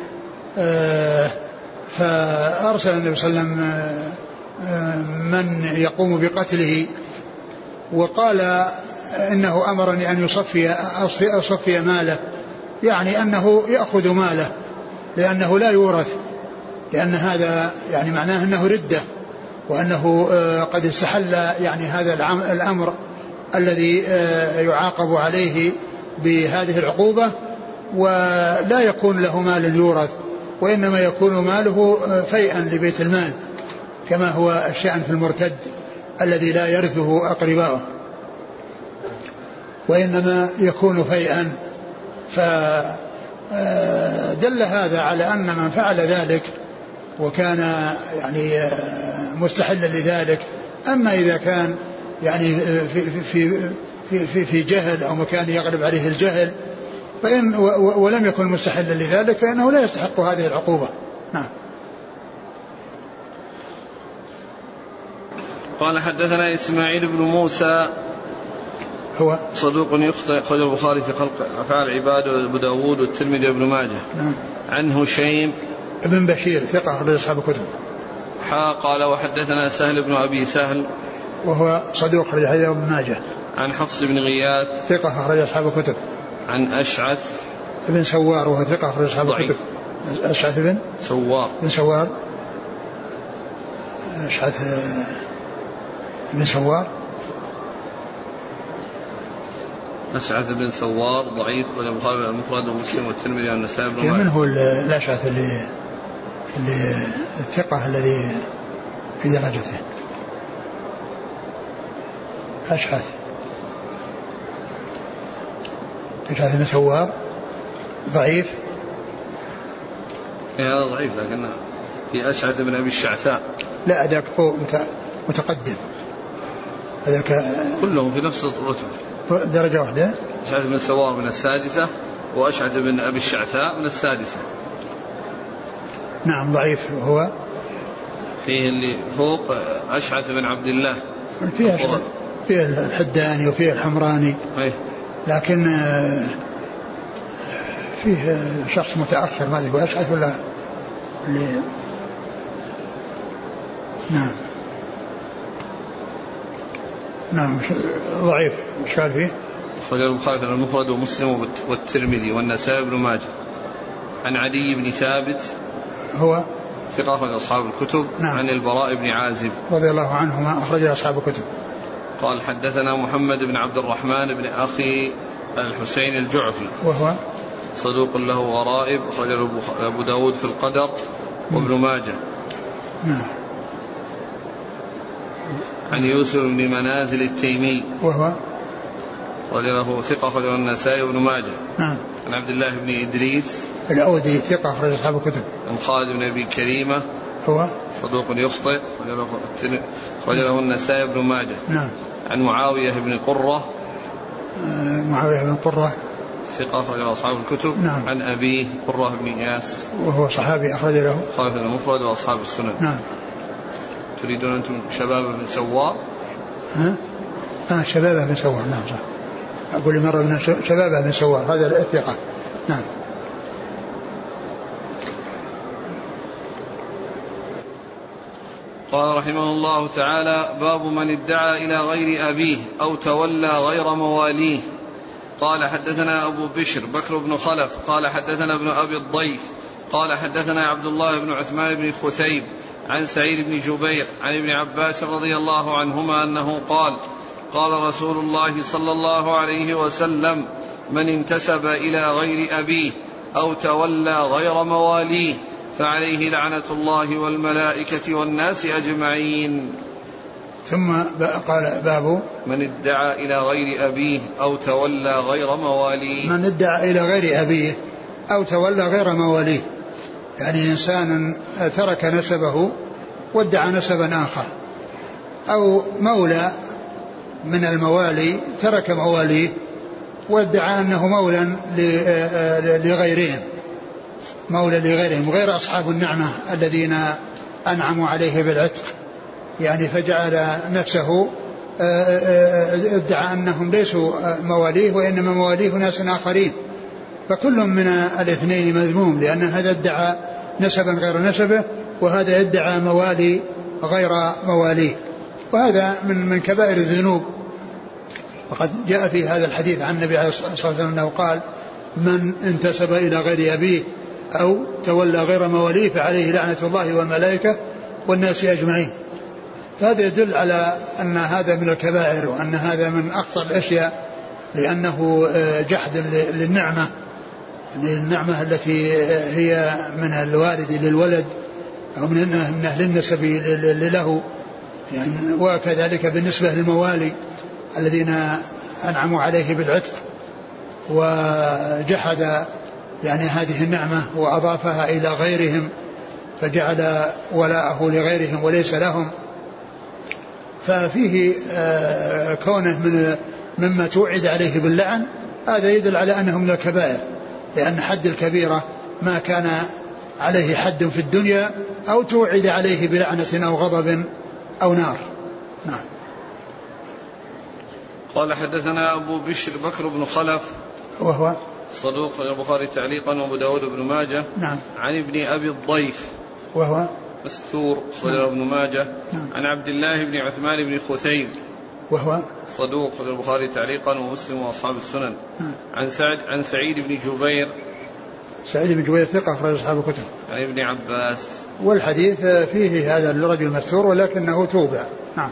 فأرسل النبي صلى الله عليه وسلم من يقوم بقتله، وقال إنه أمرني أن يصفي أصفي ماله، يعني أنه يأخذ ماله لأنه لا يورث، لأن هذا يعني معناه أنه ردة، وأنه قد استحل يعني هذا الأمر الذي يعاقب عليه بهذه العقوبة، ولا يكون له مال يورث، وإنما يكون ماله فيئا لبيت المال كما هو الشأن في المرتد الذي لا يرثه أقرباؤه، وإنما يكون فيئا. فدل هذا على أن من فعل ذلك وكان يعني مستحلا لذلك، أما إذا كان يعني في, في, في, في جهل أو مكان يغلب عليه الجهل فإن ولم يكن مستحلا لذلك فإنه لا يستحق هذه العقوبة. نعم. قال حدثنا إسماعيل بن موسى هو صدوق يخطئ، أخرج البخاري في خلق أفعال العباد وأبو داود والترمذي وابن ماجه. نعم. عن هشيم ابن بشير ثقة أخرج أصحاب الكتب. حا قال وحدثنا سهل بن أبي سهل وهو صدوق أخرج حديثه ابن ماجه. عن حفص بن غياث ثقة أخرج أصحاب الكتب. عن أشعث ابن سوار وهو ثقة أخرج أصحاب الكتب. أشعث بن سوار بن سوار أشعث بن سوار أشعث بن سوار ضعيف، والبخاري المفرد ومسلم والترمذي والنسائي بن ماجه. من هو الأشعث اللي اللي الثقة الذي في درجته؟ أشعث أشعث بن سوار ضعيف. هذا ضعيف، لكن في أشعث بن أبي الشعثاء لا أداك فوق متقدم، هذاك كلهم في نفس الرتبة درجة واحدة. أشعث بن سوار من السادسة وأشعث بن أبي الشعثاء من السادسة. نعم ضعيف. هو فيه اللي فوق أشعث بن عبد الله، فيه أشعث فيه الحداني وفيه الحمراني، أيه. لكن فيه شخص متأخر ما أدري أشعث ولا اللي نعم نعم ضعيف. ايش قال فيه؟ أخرج البخاري في المفرد ومسلم والترمذي والنسائي بن ماجه. عن علي بن ثابت هو ثقة أخرج أصحاب الكتب. نعم. عن البراء بن عازب رضي الله عنهما أخرج أصحاب الكتب. قال حدثنا محمد بن عبد الرحمن بن أخي الحسين الجعفي وهو صدوق له غرائب، أخرج أبو داود في القدر وابن ماجه. نعم. عن يوسف بن منازل التيمي وهو رضي له ثقة أخرج النسائي وابن ماجه. نعم. عن عبد الله بن إدريس الأودي ثقة أخرج أصحاب الكتب. عن خالد بن أبي كريمة هو صدوق يخطئ، أخرج له النسائي وابن ماجه. نعم. عن معاوية بن قرة آه معاوية بن قرة ثقة أخرج له أصحاب الكتب. نعم. عن أبيه قرة بن إياس وهو صحابي أخرج له خالد المفرد وأصحاب السنن. نعم. تريدون أنتم شباب بن سوار؟ ها؟ آه شباب بن سوار. نعم صح. أقول مرة من شباب بن سوار هذا الثقة. نعم. قال رحمه الله تعالى: باب من ادعى إلى غير أبيه أو تولى غير مواليه. قال حدثنا أبو بشر بكر بن خلف قال حدثنا ابن أبي الضيف قال حدثنا عبد الله بن عثمان بن خثيب عن سعيد بن جبير عن ابن عباس رضي الله عنهما أنه قال: قال رسول الله صلى الله عليه وسلم: من انتسب إلى غير أبيه أو تولى غير مواليه فعليه لعنة الله والملائكة والناس أجمعين. ثم قال: باب من ادعى إلى غير أبيه أو تولى غير مواليه. من ادعى إلى غير أبيه أو تولى غير مواليه، يعني إنسان ترك نسبه وادعى نسبا آخر، أو مولى من الموالي ترك مواليه وادعى أنه مولى لغيرهم، مولى لغيرهم غير أصحاب النعمة الذين أنعموا عليه بالعتق، يعني فجعل نفسه ادعى أنهم ليسوا مواليه وإنما مواليه ناس آخرين، فكل من الاثنين مذموم، لأن هذا ادعى نسبا غير نسبه وهذا ادعى موالي غير مواليه، وهذا من من كبائر الذنوب. وقد جاء في هذا الحديث عن النبي عليه الصلاة والسلام أنه قال: من انتسب إلى غير أبيه أو تولى غير مواليه فعليه لعنة الله والملائكة والناس أجمعين. فهذا يدل على أن هذا من الكبائر وأن هذا من أخطر الأشياء، لأنه جحد للنعمة، النعمة التي هي من الوالد للولد أو من أهل النسب له، يعني وكذلك بالنسبة للموالي الذين أنعموا عليه بالعتق، وجحد يعني هذه النعمة وأضافها إلى غيرهم فجعل ولاءه لغيرهم وليس لهم. ففيه كونه من مما توعد عليه باللعن، هذا يدل على أنه من الكبائر، لأن حد الكبيرة ما كان عليه حد في الدنيا أو توعد عليه بلعنة أو غضب أو نار. نعم. قال: حدثنا أبو بشر بكر بن خلف وهو صدوق البخاري تعليقا وأبو داود بن ماجه. نعم. عن ابن أبي الضيف وهو مستور صدر ابن ماجه. نعم. عن عبد الله بن عثمان بن خثيم وهو صدوق البخاري تعليقا ومسلم وأصحاب السنن. نعم. عن سعد عن سعيد بن جبير سعيد بن جبير ثقة أخرج أصحاب الكتب. عن ابن عباس. والحديث فيه هذا الرجل مستور ولكنه توبع. نعم.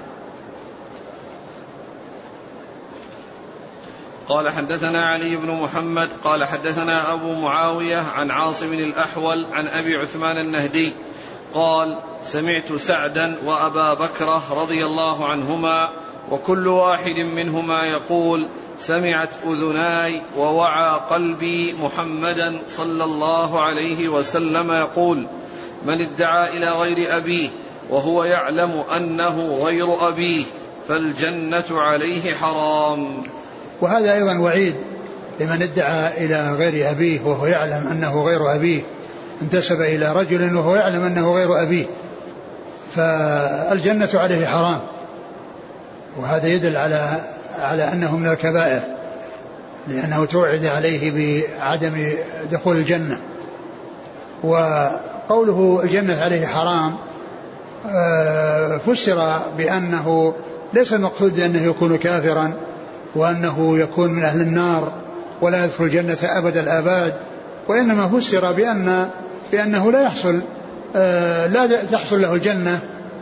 قال: حدثنا علي بن محمد قال حدثنا أبو معاوية عن عاصم الأحول عن أبي عثمان النهدي قال: سمعت سعدا وأبا بكرة رضي الله عنهما وكل واحد منهما يقول: سمعت أذناي ووعى قلبي محمدا صلى الله عليه وسلم يقول: من ادعى إلى غير أبيه وهو يعلم أنه غير أبيه فالجنة عليه حرام. وهذا أيضا وعيد لمن ادعى إلى غير أبيه وهو يعلم أنه غير أبيه، انتسب إلى رجل وهو يعلم أنه غير أبيه فالجنة عليه حرام، وهذا يدل على على أنه من الكبائر، لأنه توعد عليه بعدم دخول الجنة. وقوله الجنة عليه حرام فسر بأنه ليس المقصود بأنه يكون كافرا وأنه يكون من أهل النار ولا يدخل الجنة أبد الآباد، وإنما فسر بأن بأنه لا يحصل لا تحصل له الجنة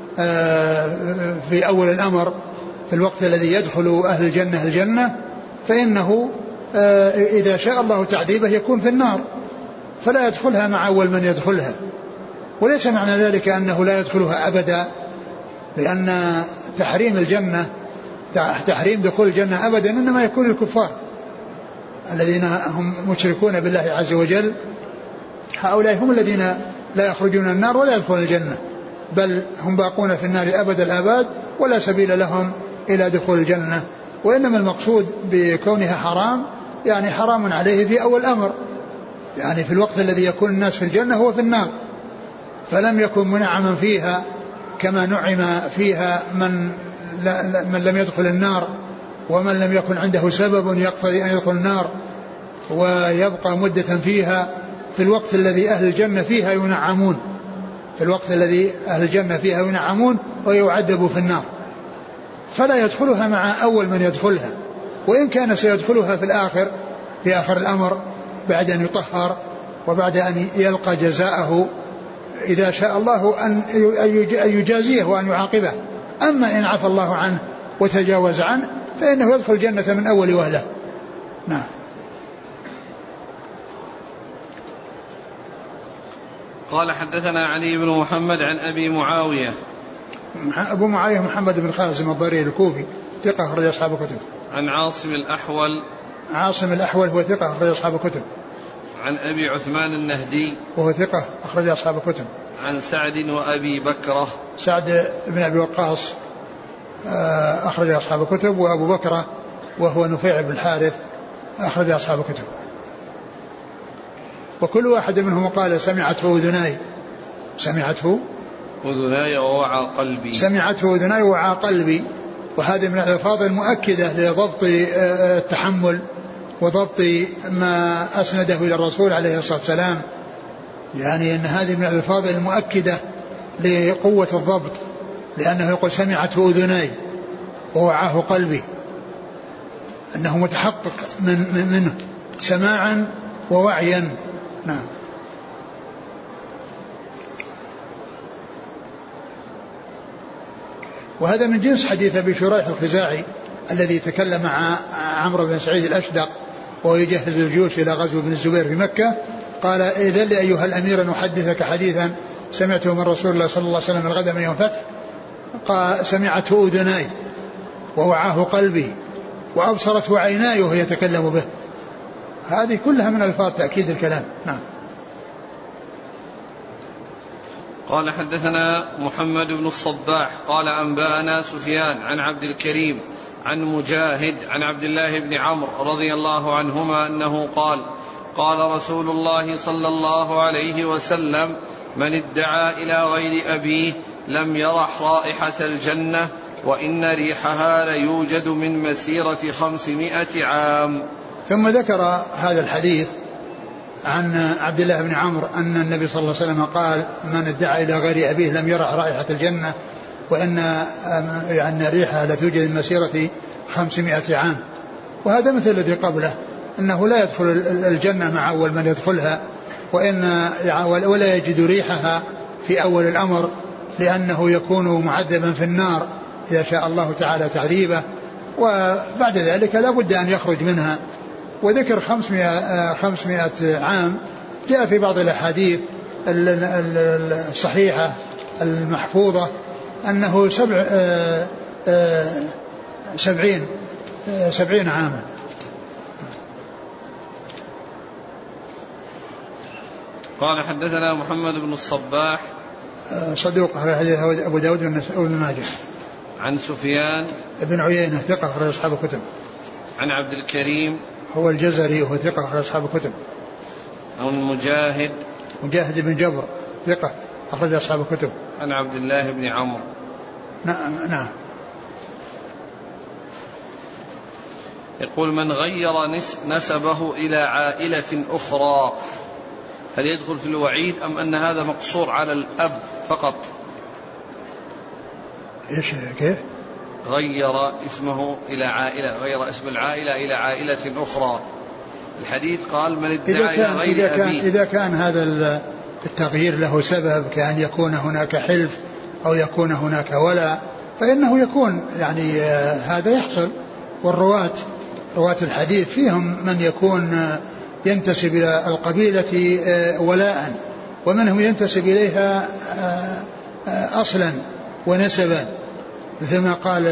في أول الأمر، في الوقت الذي يدخل أهل الجنة الجنة، فإنه إذا شاء الله تعذيبه يكون في النار فلا يدخلها مع أول من يدخلها. وليس معنى ذلك أنه لا يدخلها أبدا، لأن تحريم الجنة تحريم دخول الجنة أبدا إنما يكون الكفار الذين هم مشركون بالله عز وجل، هؤلاء هم الذين لا يخرجون النار ولا يدخلون الجنة، بل هم باقون في النار أبد الآباد ولا سبيل لهم إلى دخول الجنة. وإنما المقصود بكونها حرام يعني حرام عليه في أول الأمر، يعني في الوقت الذي يكون الناس في الجنة هو في النار، فلم يكن منعما فيها كما نعم فيها من, من لم يدخل النار ومن لم يكن عنده سبب يقتضي أن يدخل النار ويبقى مدة فيها، في الوقت الذي أهل الجنة فيها ينعمون في الوقت الذي أهل الجنة فيها ينعمون ويعذبوا في النار، فلا يدخلها مع أول من يدخلها، وإن كان سيدخلها في الآخر في آخر الأمر بعد أن يطهر وبعد أن يلقى جزاءه إذا شاء الله أن يجازيه وأن يعاقبه. أما إن عفى الله عنه وتجاوز عنه فإنه يدخل الجنة من أول وهلة. نعم. قال حدثنا علي بن محمد عن أبي معاوية. أبو معاوية محمد بن خازم الضرير الكوفي ثقة أخرج أصحاب الكتب. عن عاصم الأحول. عاصم الأحول هو ثقة أخرج أصحاب الكتب. عن أبي عثمان النهدي وهو ثقة أخرج أصحاب الكتب. عن سعد وأبي بكرة. سعد بن أبي وقاص أخرج أصحاب الكتب. وأبو بكرة وهو نفيع بن الحارث أخرج أصحاب الكتب. وكل واحد منهم قال سمعته أذناي سمعته أذناي ووعى قلبي سمعته أذناي ووعى قلبي. وهذه من الألفاظ المؤكدة لضبط التحمل وضبط ما أسنده إلى الرسول عليه الصلاة والسلام. يعني أن هذه من الألفاظ المؤكدة لقوة الضبط، لأنه يقول سمعته أذناي ووعاه قلبي، أنه متحقق من من منه سماعا ووعيا. نعم. وهذا من جنس حديث أبي شريح الخزاعي الذي تكلم مع عمرو بن سعيد الأشدق وهو يجهز الجيوش إلى غزو ابن الزبير في مكة، قال إذن لي أيها الأمير نحدثك حديثا سمعته من رسول الله صلى الله عليه وسلم الغد من يوم فتح، قال سمعته أذناي ووعاه قلبي وأبصرته عيناي وهو يتكلم به. هذه كلها من ألفاظ تأكيد الكلام. نعم. قال حدثنا محمد بن الصباح قال أنبأنا سفيان عن عبد الكريم عن مجاهد عن عبد الله بن عمرو رضي الله عنهما أنه قال قال رسول الله صلى الله عليه وسلم من ادعى إلى غير أبيه لم يرح رائحة الجنة وإن ريحها ليوجد من مسيرة خمسمائة عام. ثم ذكر هذا الحديث عن عبد الله بن عمرو أن النبي صلى الله عليه وسلم قال من ادعى إلى غير أبيه لم يرح رائحة الجنة وأن يعني ريحها لتوجد من مسيرة خمسمائة عام. وهذا مثل الذي قبله، أنه لا يدخل الجنة مع أول من يدخلها، وإن ولا يجد ريحها في أول الأمر، لأنه يكون معذبا في النار إذا شاء الله تعالى تعذيبه، وبعد ذلك لا بد أن يخرج منها. وذكر خمسمائة عام جاء في بعض الأحاديث الصحيحة المحفوظة أنه سبع سبعين سبعين عاما. قال حدثنا محمد بن الصباح صدوق حديث أبو داود وابن ماجه. عن سفيان ابن عيينة ثقة أخرج أصحاب الكتب. عن عبد الكريم هو الجزري وهو ثقة أخرج أصحاب الكتب. عن مجاهد مجاهد بن جبر ثقة أخرج أصحاب الكتب. عن عبد الله بن عمرو. نعم نعم. يقول من غير نسبه إلى عائلة أخرى هل يدخل في الوعيد أم أن هذا مقصور على الأب فقط؟ إيش كيف؟ غير اسمه إلى عائلة، غير اسم العائلة إلى عائلة أخرى. الحديث قال من ادعى إلى غير إذا كان, أبيه. إذا كان هذا التغيير له سبب كأن يكون هناك حلف أو يكون هناك ولا، فإنه يكون يعني هذا يحصل. والرواة رواة الحديث فيهم من يكون ينتسب إلى القبيلة ولاء، ومنهم ينتسب إليها أصلا ونسبا، مثل ما قال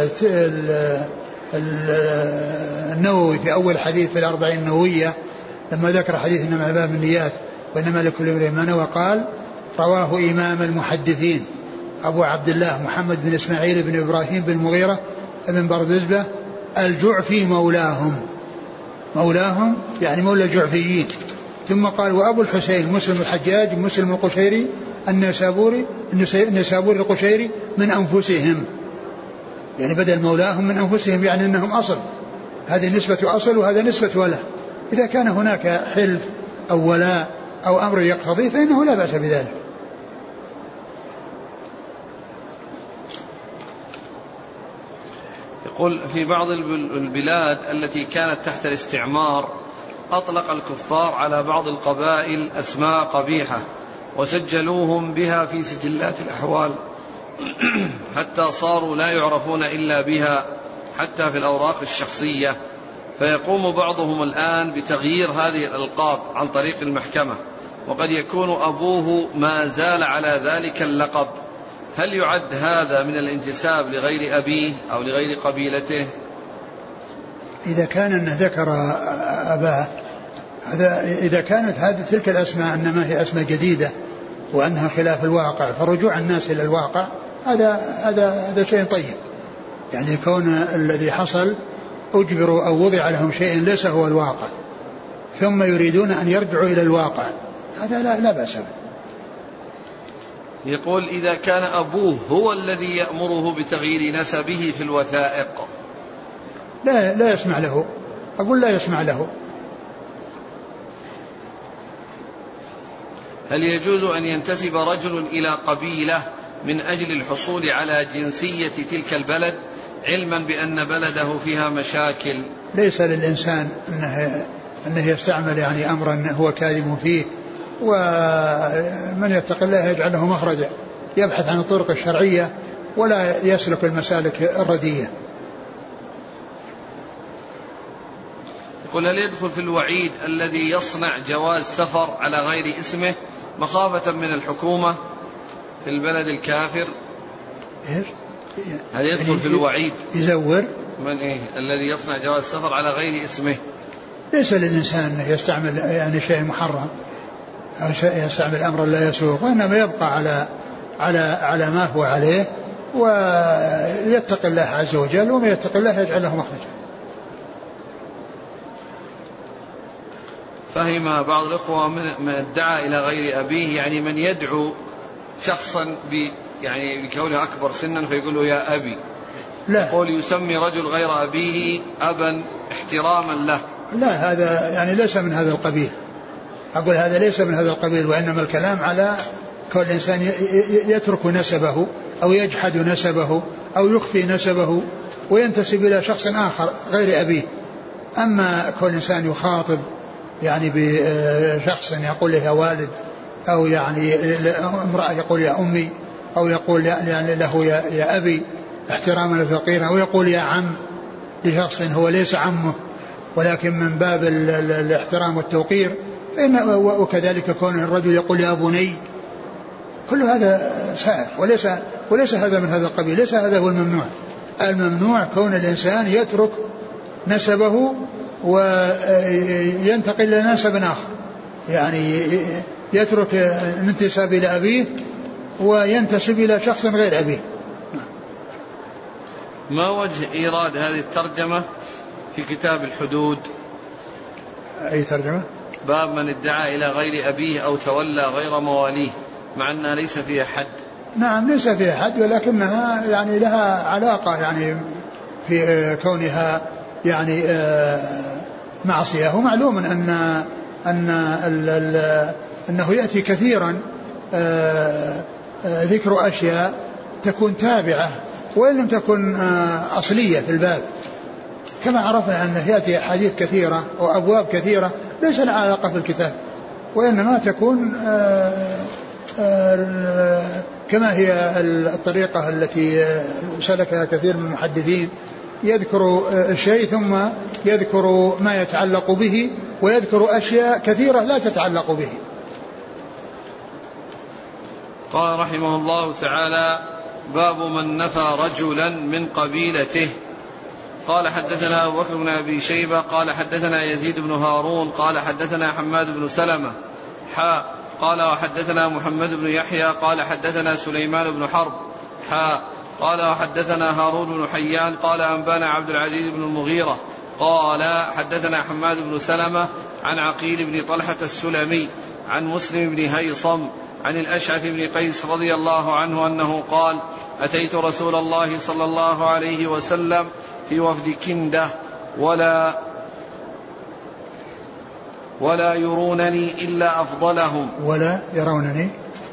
النووي في أول حديث في الأربعين النووية لما ذكر حديث إنما الأعمال بالنيات وإنما لكل امرئ ما نوى، قال رواه إمام المحدثين أبو عبد الله محمد بن إسماعيل بن إبراهيم بن مغيرة بن بردزبة الجعفي مولاهم، مولاهم يعني مولى الجعفيين. ثم قال وأبو الحسين مسلم الحجاج مسلم القشيري النسابوري النسابوري القشيري من أنفسهم، يعني بدل مولاهم من أنفسهم، يعني أنهم أصل، هذه نسبة أصل وهذا نسبة ولا. إذا كان هناك حلف أو ولاء أو أمر يقتضي فإنه لا بأس بذلك. يقول في بعض البلاد التي كانت تحت الاستعمار أطلق الكفار على بعض القبائل أسماء قبيحة وسجلوهم بها في سجلات الأحوال حتى صاروا لا يعرفون إلا بها، حتى في الأوراق الشخصية، فيقوم بعضهم الآن بتغيير هذه الألقاب عن طريق المحكمة، وقد يكون أبوه ما زال على ذلك اللقب، هل يعد هذا من الانتساب لغير أبيه أو لغير قبيلته؟ إذا كان أنه ذكر أباه، هذا إذا كانت هذه تلك الأسماء إنما هي أسماء جديدة وأنها خلاف الواقع، فرجوع الناس إلى الواقع هذا هذا هذا شيء طيب. يعني كون الذي حصل أجبروا أو وضع لهم شيء ليس هو الواقع ثم يريدون أن يرجعوا إلى الواقع، هذا لا, لا بأس به. يقول إذا كان أبوه هو الذي يأمره بتغيير نسبه في الوثائق لا لا يسمع له، أقول لا يسمع له. هل يجوز أن ينتسب رجل إلى قبيلة من أجل الحصول على جنسية تلك البلد علما بأن بلده فيها مشاكل؟ ليس للإنسان أنه, أنه يستعمل يعني أمرا هو كاذب فيه، ومن يتق الله يجعل له مخرجا، يبحث عن الطرق الشرعية ولا يسلك المسالك الردية. يقول هل يدخل في الوعيد الذي يصنع جواز سفر على غير اسمه مخافة من الحكومة في البلد الكافر؟ هل يدخل في الوعيد يزور من إيه الذي يصنع جواز سفر على غير اسمه؟ ليس للإنسان يستعمل يعني شيء محرم أو شيء يستعمل أمرا لا يسوق، وإنما يبقى على على على ما هو عليه ويتق الله عز وجل، ومن يتق الله يجعل له مخرجا. فهم بعض الأخوة من ادعى إلى غير أبيه، يعني من يدعو شخصا ب يعني بكونه أكبر سنا فيقول له يا أبي، لا يقول يسمي رجل غير أبيه أبا احتراما له. لا هذا يعني ليس من هذا القبيل، أقول هذا ليس من هذا القبيل، وإنما الكلام على كل إنسان يترك نسبه أو يجحد نسبه أو يخفي نسبه وينتسب إلى شخص آخر غير أبيه. أما كل إنسان يخاطب يعني بشخص يقول له يا والد، أو يعني امرأة يقول يا أمي، أو يقول يعني له يا, يا أبي احتراما لفقيرا، أو يقول يا عم لشخص هو ليس عمه ولكن من باب الاحترام والتوقير، وكذلك كون الرجل يقول يا بني، كل هذا سائر وليس, وليس هذا من هذا القبيل، ليس هذا هو الممنوع. الممنوع كون الإنسان يترك نسبه وينتقل إلى نسب آخر، يعني يترك الانتساب إلى أبيه وينتسب إلى شخص غير أبيه. ما وجه إيراد هذه الترجمة في كتاب الحدود؟ أي ترجمة؟ باب من ادعى إلى غير أبيه أو تولى غير مواليه، مع أنها ليس فيها حد. نعم ليس فيها حد، ولكنها يعني لها علاقة يعني في كونها يعني معصية. ومعلوم أن أن ال ال أنه يأتي كثيرا ذكر أشياء تكون تابعة وإن لم تكن أصلية في الباب، كما عرفنا أن يأتي حديث كثيرة وأبواب كثيرة ليس لها علاقة في الكتاب، وإنما تكون كما هي الطريقة التي سلكها كثير من المحدثين، يذكر الشيء ثم يذكر ما يتعلق به ويذكر أشياء كثيرة لا تتعلق به. قال رحمه الله تعالى: باب من نفى رجلا من قبيلته. قال حدثنا أبو بكر بن أبي شيبة قال حدثنا يزيد بن هارون قال حدثنا حماد بن سلمة حاء قال وحدثنا محمد بن يحيى قال حدثنا سليمان بن حرب حاء قال وحدثنا هارون بن حيان قال أنبانا عبد العزيز بن المغيرة قال حدثنا حماد بن سلمة عن عقيل بن طلحة السلمي عن مسلم بن هيصم عن الأشعث بن قيس رضي الله عنه أنه قال: أتيت رسول الله صلى الله عليه وسلم في وفد كندة ولا ولا يرونني إلا أفضلهم ولا يرونني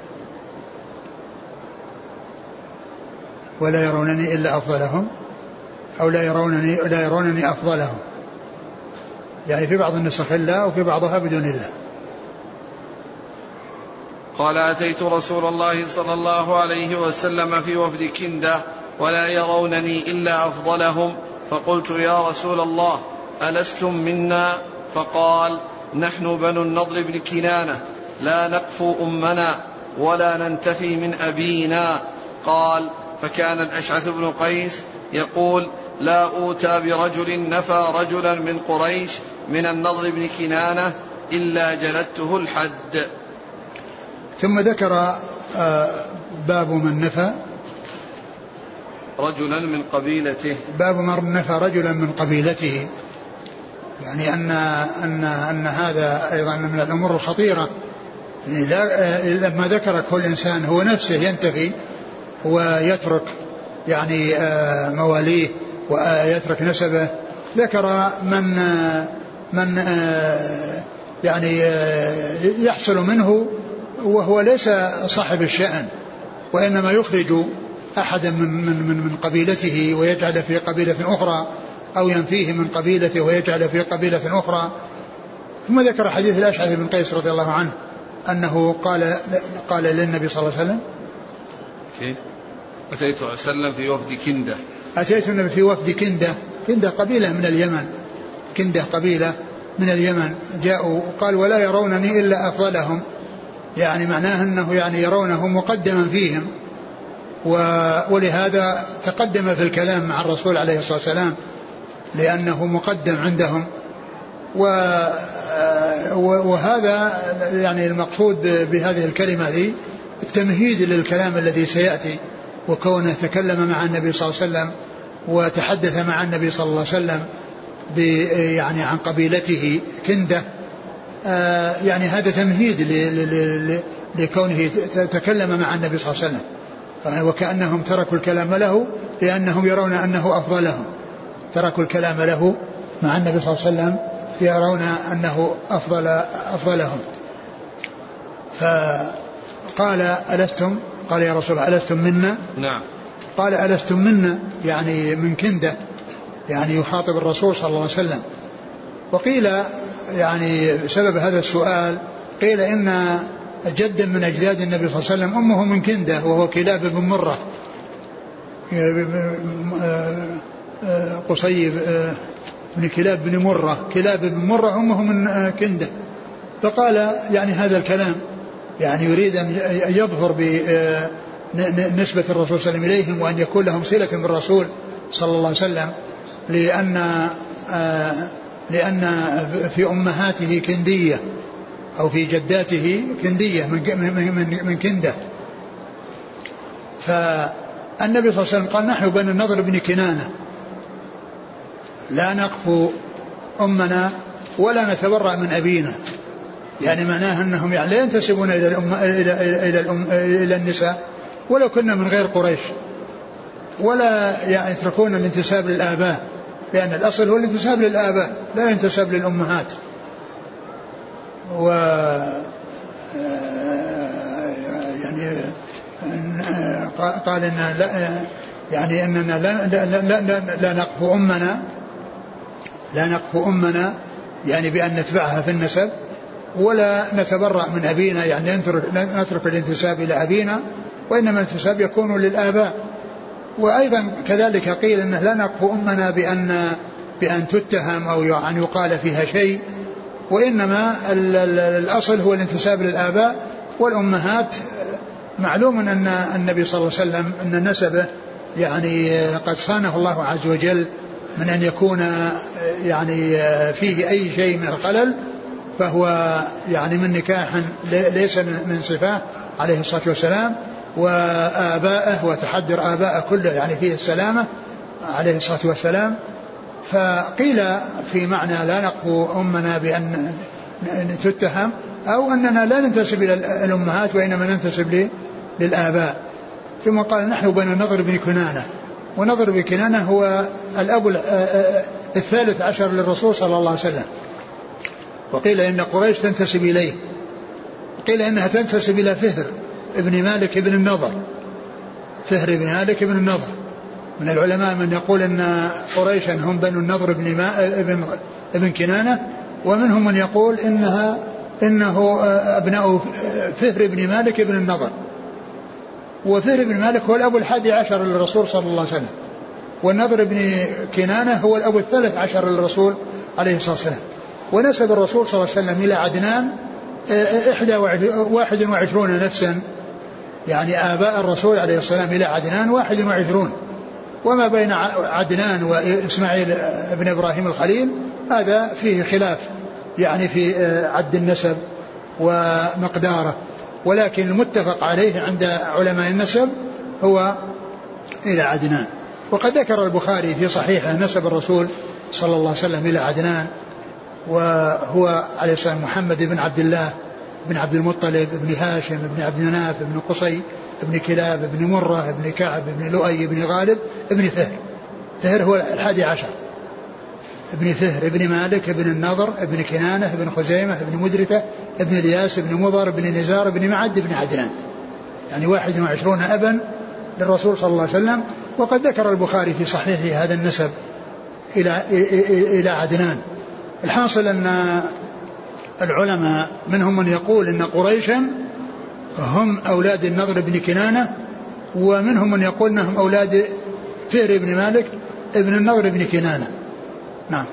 ولا يرونني إلا أفضلهم أو لا يرونني لا يرونني أفضلهم، يعني في بعض النسخ إلا وفي بعضها بدون إلا. قال: أتيت رسول الله صلى الله عليه وسلم في وفد كندة ولا يرونني إلا أفضلهم، فقلت يا رسول الله ألستم منا؟ فقال نحن بنو النضر بن كنانة لا نقفو أمنا ولا ننتفي من أبينا. قال فكان الأشعث بن قيس يقول لا أوتى برجل نفى رجلا من قريش من النضر بن كنانة إلا جلدته الحد. ثم ذكر باب من نفى رجلا من قبيلته باب من نفى رجلا من قبيلته، يعني أن, أن, أن هذا أيضا من الأمور الخطيرة. يعني لما ذكر كل إنسان هو نفسه ينتفي ويترك يعني مواليه ويترك نسبه، ذكر من من يعني يحصل منه وهو ليس صاحب الشأن، وإنما يخرج أحدا من, من, من, من قبيلته ويجعل في قبيلة أخرى، أو ينفيه من قبيلته ويجعل في قبيلة أخرى. ثم ذكر حديث الأشعث بن قيس رضي الله عنه أنه قال قال للنبي صلى الله عليه وسلم أتيت صلى الله عليه وسلم في وفد كندة أتيت النبي في وفد كندة. كندة قبيلة من اليمن، كندة قبيلة من اليمن، جاءوا وقال ولا يرونني إلا أفضلهم، يعني معناه أنه يعني يرونه مقدما فيهم، ولهذا تقدم في الكلام مع الرسول عليه الصلاة والسلام لأنه مقدم عندهم. وهذا يعني المقصود بهذه الكلمة دي التمهيد للكلام الذي سيأتي، وكونه تكلم مع النبي صلى الله عليه وسلم وتحدث مع النبي صلى الله عليه وسلم يعني عن قبيلته كندة، يعني هذا تمهيد لكونه تكلم مع النبي صلى الله عليه وسلم، وكأنهم تركوا الكلام له لأنهم يرون أنه أفضلهم، تركوا الكلام له مع النبي صلى الله عليه وسلم يرون أنه أفضل أفضلهم. فقال ألستم، قال يا رسول الله ألستم منا؟ نعم. قال ألستم منا يعني من كندة، يعني يخاطب الرسول صلى الله عليه وسلم. وقيل يعني سبب هذا السؤال قيل إن جدا من أجداد النبي صلى الله عليه وسلم أمه من كندة وهو كلاب بن مرة، قصي بن كلاب بن مرة، كلاب بن مرة أمه من كندة. فقال يعني هذا الكلام يعني يريد أن يظهر بنسبة الرسول صلى الله عليه وسلم إليهم، وأن يكون لهم صلة بالرسول صلى الله عليه وسلم، لأن لأن في أمهاته كندية أو في جداته كندية من من كندة. فالنبي صلى الله عليه وسلم قال نحن بنو النضر بن كنانة لا نقفو أمنا ولا نتبرأ من أبينا، يعني معناه أنهم يعني لا ينتسبون إلى الأم إلى إلى الأم إلى النساء ولو كنا من غير قريش، ولا يعني يتركون الانتساب للآباء، لأن الأصل هو الانتساب للآباء لا ينتسب للأمهات. و يعني قال إن لا يعني أننا لا لا لا, لا, لا نقفو أمنا لا نقفو أمنا يعني بأن نتبعها في النسب، ولا نتبرأ من أبينا يعني نترك الانتساب إلى أبينا، وإنما الانتساب يكون للآباء. وأيضا كذلك قيل أنه لا نقفو أمنا بأن بأن تتهم أو يعني يقال فيها شيء، وإنما الأصل هو الانتساب للآباء، والأمهات معلوم أن النبي صلى الله عليه وسلم أن نسبه يعني قد صانه الله عز وجل من أن يكون يعني فيه أي شيء من الخلل، فهو يعني من نكاح ليس من صفاه عليه الصلاة والسلام، وآبائه وتحدر آبائه كله يعني فيه السلامة عليه الصلاة والسلام. فقيل في معنى لا نقفو أمنا بأن تتهم، أو أننا لا ننتسب إلى الأمهات وإنما ننتسب للآباء. ثم قال نحن بنو النضر بن كنانة، ونضر بن كنانة هو الأب الثالث عشر للرسول صلى الله عليه وسلم، وقيل إن قريش تنتسب إليه، وقيل إنها تنتسب إلى فهر ابن مالك ابن النضر، فهر ابن مالك ابن النضر. من العلماء من يقول أن قريشا هم بنو النضر ابن, ابن, ابن كنانة، ومنهم من يقول إنها إنه أبناء فهر ابن مالك ابن النضر، وفهر ابن مالك هو الأب الحادي عشر للرسول صلى الله عليه وسلم، والنضر بن كنانة هو الأب الثالث عشر للرسول عليه الصلاة والسلام. ونسب الرسول صلى الله عليه وسلم إلى عدنان إحدى واحد وعشرون نفسا، يعني آباء الرسول عليه الصلاة والسلام إلى عدنان واحد وعشرون، وما بين عدنان وإسماعيل بن إبراهيم الخليل هذا فيه خلاف يعني في عد النسب ومقداره، ولكن المتفق عليه عند علماء النسب هو إلى عدنان. وقد ذكر البخاري في صحيحه نسب الرسول صلى الله عليه وسلم إلى عدنان، وهو عليه السلام محمد بن عبد الله بن عبد المطلب بن هاشم بن عبد مناف بن قصي بن كلاب بن مرة بن كعب بن لؤي بن غالب بن فهر. فهر هو الحادي عشر، ابن فهر ابن مالك ابن النضر ابن كنانة ابن خزيمة ابن مدركة ابن الياس ابن مضر ابن نزار ابن معد ابن عدنان، يعني واحد وعشرون أبا للرسول صلى الله عليه وسلم. وقد ذكر البخاري في صحيحه هذا النسب إلى إلى عدنان. الحاصل أن العلماء منهم من يقول إن قريشا هم أولاد النضر بن كنانة، ومنهم من يقول أنهم أولاد فهر بن مالك ابن النضر بن كنانة. نعم.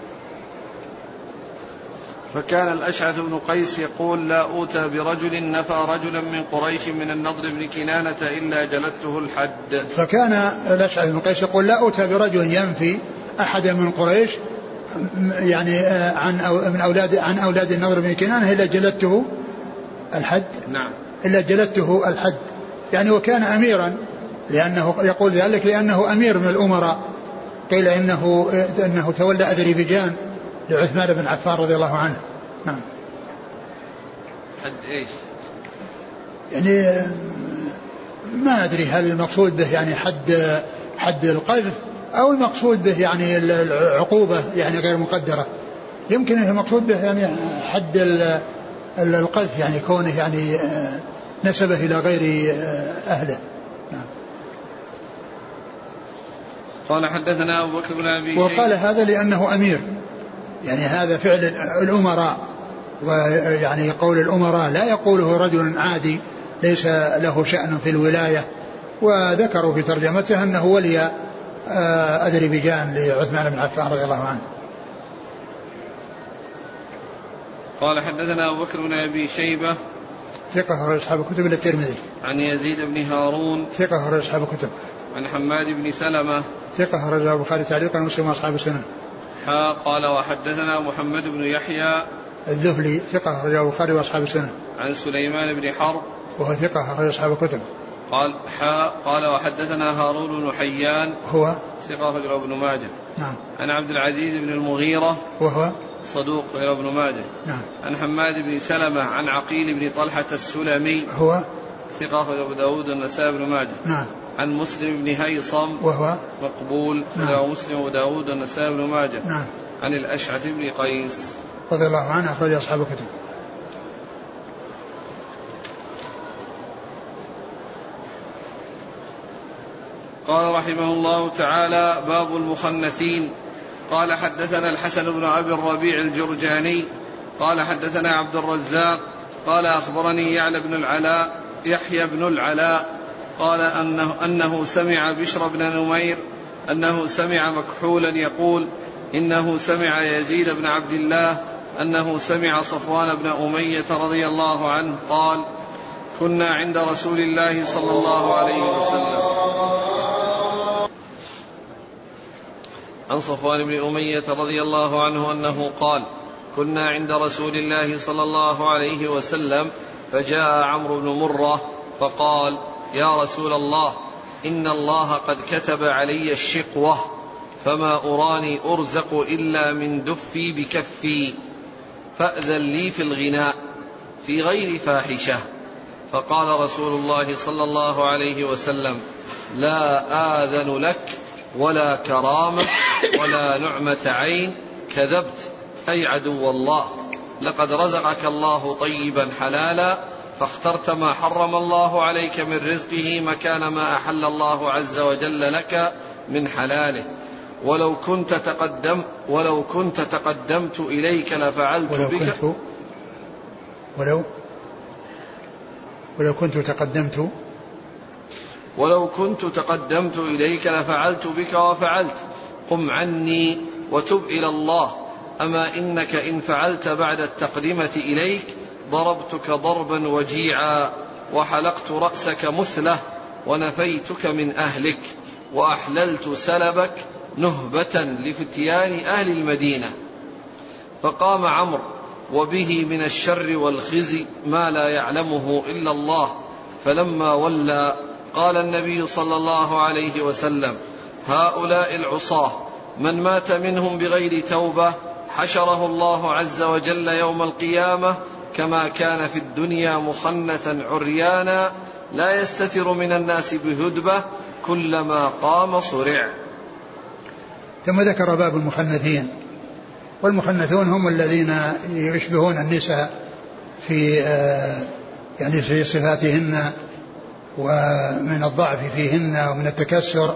فكان الأشعث بن قيس يقول لا أوتى برجل نفى رجلا من قريش من النضر بن كنانة إلا جلدته الحد. فكان الأشعث بن قيس يقول لا أوتى برجل ينفي أحدا من قريش يعني عن من أولاد عن أولاد النضر بن كنانة إلا جلدته الحد. نعم. إلا جلدته الحد، يعني وكان أميرا، لأنه يقول ذلك لأنه أمير من الأمراء. قيل إنه إنه تولى أذربيجان لعثمان بن عفان رضي الله عنه. نعم. حد إيش؟ يعني ما أدري هل المقصود به يعني حد حد القذف أو المقصود به يعني العقوبة يعني غير مقدرة. يمكن المقصود به يعني حد القذف، يعني كونه يعني نسبه إلى غير أهله. نعم. قال حدثنا أبو بكر بن أبي شيبة. وقال هذا لأنه أمير، يعني هذا فعل الأمراء، ويعني قول الأمراء لا يقوله رجل عادي ليس له شأن في الولاية. وذكروا في ترجمته أنه ولي أذربيجان لعثمان بن عفان رضي الله عنه. قال حدثنا أبو بكر بن أبي شيبة ثقة أخرج أصحاب الكتب إلا الترمذي. عن يزيد بن هارون ثقة أخرج أصحاب الكتب. عن حماد بن سلمة ثقة أخرج البخاري تعليقا ومسلم وأصحاب السنن. ها قال وحدثنا محمد بن يحيى الذهلي ثقة أخرج البخاري وأصحاب السنن. عن سليمان بن حرب وهو ثقة أخرج أصحاب الكتب. قال حا قال وحدثنا هارون بن حيان هو ثقة أخرج ابن ماجه. نعم. عن عبد العزيز بن المغيرة وهو صدوق غير ابن ماجه. نعم. عن حماد بن سلمة عن عقيل بن طلحة السلمي هو ثقة أخرج أبو داود والنسائي بن ماجه. نعم. عن مسلم بن هيصم وهو مقبول نعم. مسلم وأبو داود والنسائي بن ماجه. نعم. عن الأشعث بن قيس رضي الله عنه أخرج أصحاب الكتب. قال رحمه الله تعالى باب المخنثين. قال حدثنا الحسن بن أبي الربيع الجرجاني قال حدثنا عبد الرزاق قال أخبرني يعلى بن العلاء يحيى بن العلاء قال أنه, أنه سمع بشر بن نمير أنه سمع مكحولا يقول إنه سمع يزيد بن عبد الله أنه سمع صفوان بن أمية رضي الله عنه قال كنا عند رسول الله صلى الله عليه وسلم. عن صفوان بن أمية رضي الله عنه أنه قال كنا عند رسول الله صلى الله عليه وسلم فجاء عمرو بن مرة فقال يا رسول الله إن الله قد كتب علي الشقوة فما أراني أرزق إلا من دفي بكفي فأذن لي في الغناء في غير فاحشة. فقال رسول الله صلى الله عليه وسلم لا آذن لك ولا كرامة ولا نعمة عين كذبت أي عدو الله لقد رزقك الله طيبا حلالا فاخترت ما حرم الله عليك من رزقه مكان ما أحل الله عز وجل لك من حلاله ولو كنت تقدم ولو كنت تقدمت إليك لفعلت ولو بك كنت ولو ولو كنت تقدمت ولو كنت تقدمت إليك لفعلت بك وفعلت، قم عني وتب إلى الله، أما إنك إن فعلت بعد التقدمة إليك ضربتك ضربا وجيعا وحلقت رأسك مثله ونفيتك من أهلك وأحللت سلبك نهبة لفتيان أهل المدينة. فقام عمرو وبه من الشر والخزي ما لا يعلمه إلا الله، فلما ولى قال النبي صلى الله عليه وسلم: هؤلاء العصاة من مات منهم بغير توبة حشره الله عز وجل يوم القيامة كما كان في الدنيا مخنثا عريانا لا يستتر من الناس بهدبة كلما قام صرع. ثم ذكر باب المخنثين، والمخنثون هم الذين يشبهون النساء في يعني في صفاتهن ومن الضعف فيهن ومن التكسر،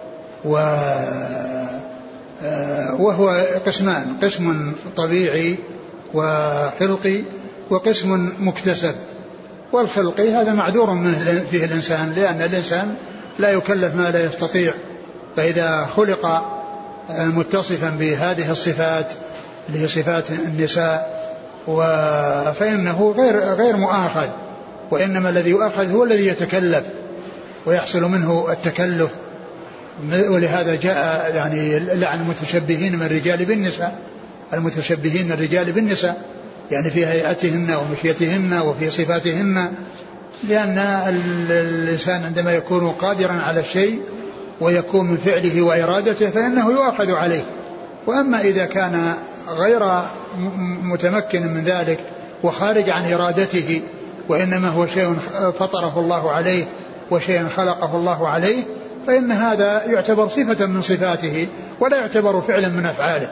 وهو قسمان: قسم طبيعي وخلقي، وقسم مكتسب. والخلقي هذا معذور منه فيه الإنسان، لأن الإنسان لا يكلف ما لا يستطيع، فإذا خلق متصفا بهذه الصفات اللي هي صفات النساء فإنه غير غير مؤاخذ، وإنما الذي يؤاخذ هو الذي يتكلف ويحصل منه التكلف. ولهذا جاء يعني لعن المتشبهين من الرجال بالنساء، المتشبهين الرجال بالنساء يعني في هيئتهن ومشيتهن وفي صفاتهن، لأن الإنسان عندما يكون قادرا على الشيء ويكون من فعله وإرادته فإنه يؤاخذ عليه. وأما إذا كان غير متمكن من ذلك وخارج عن إرادته، وإنما هو شيء فطره الله عليه وشيء خلقه الله عليه، فإن هذا يعتبر صفة من صفاته ولا يعتبر فعلا من أفعاله،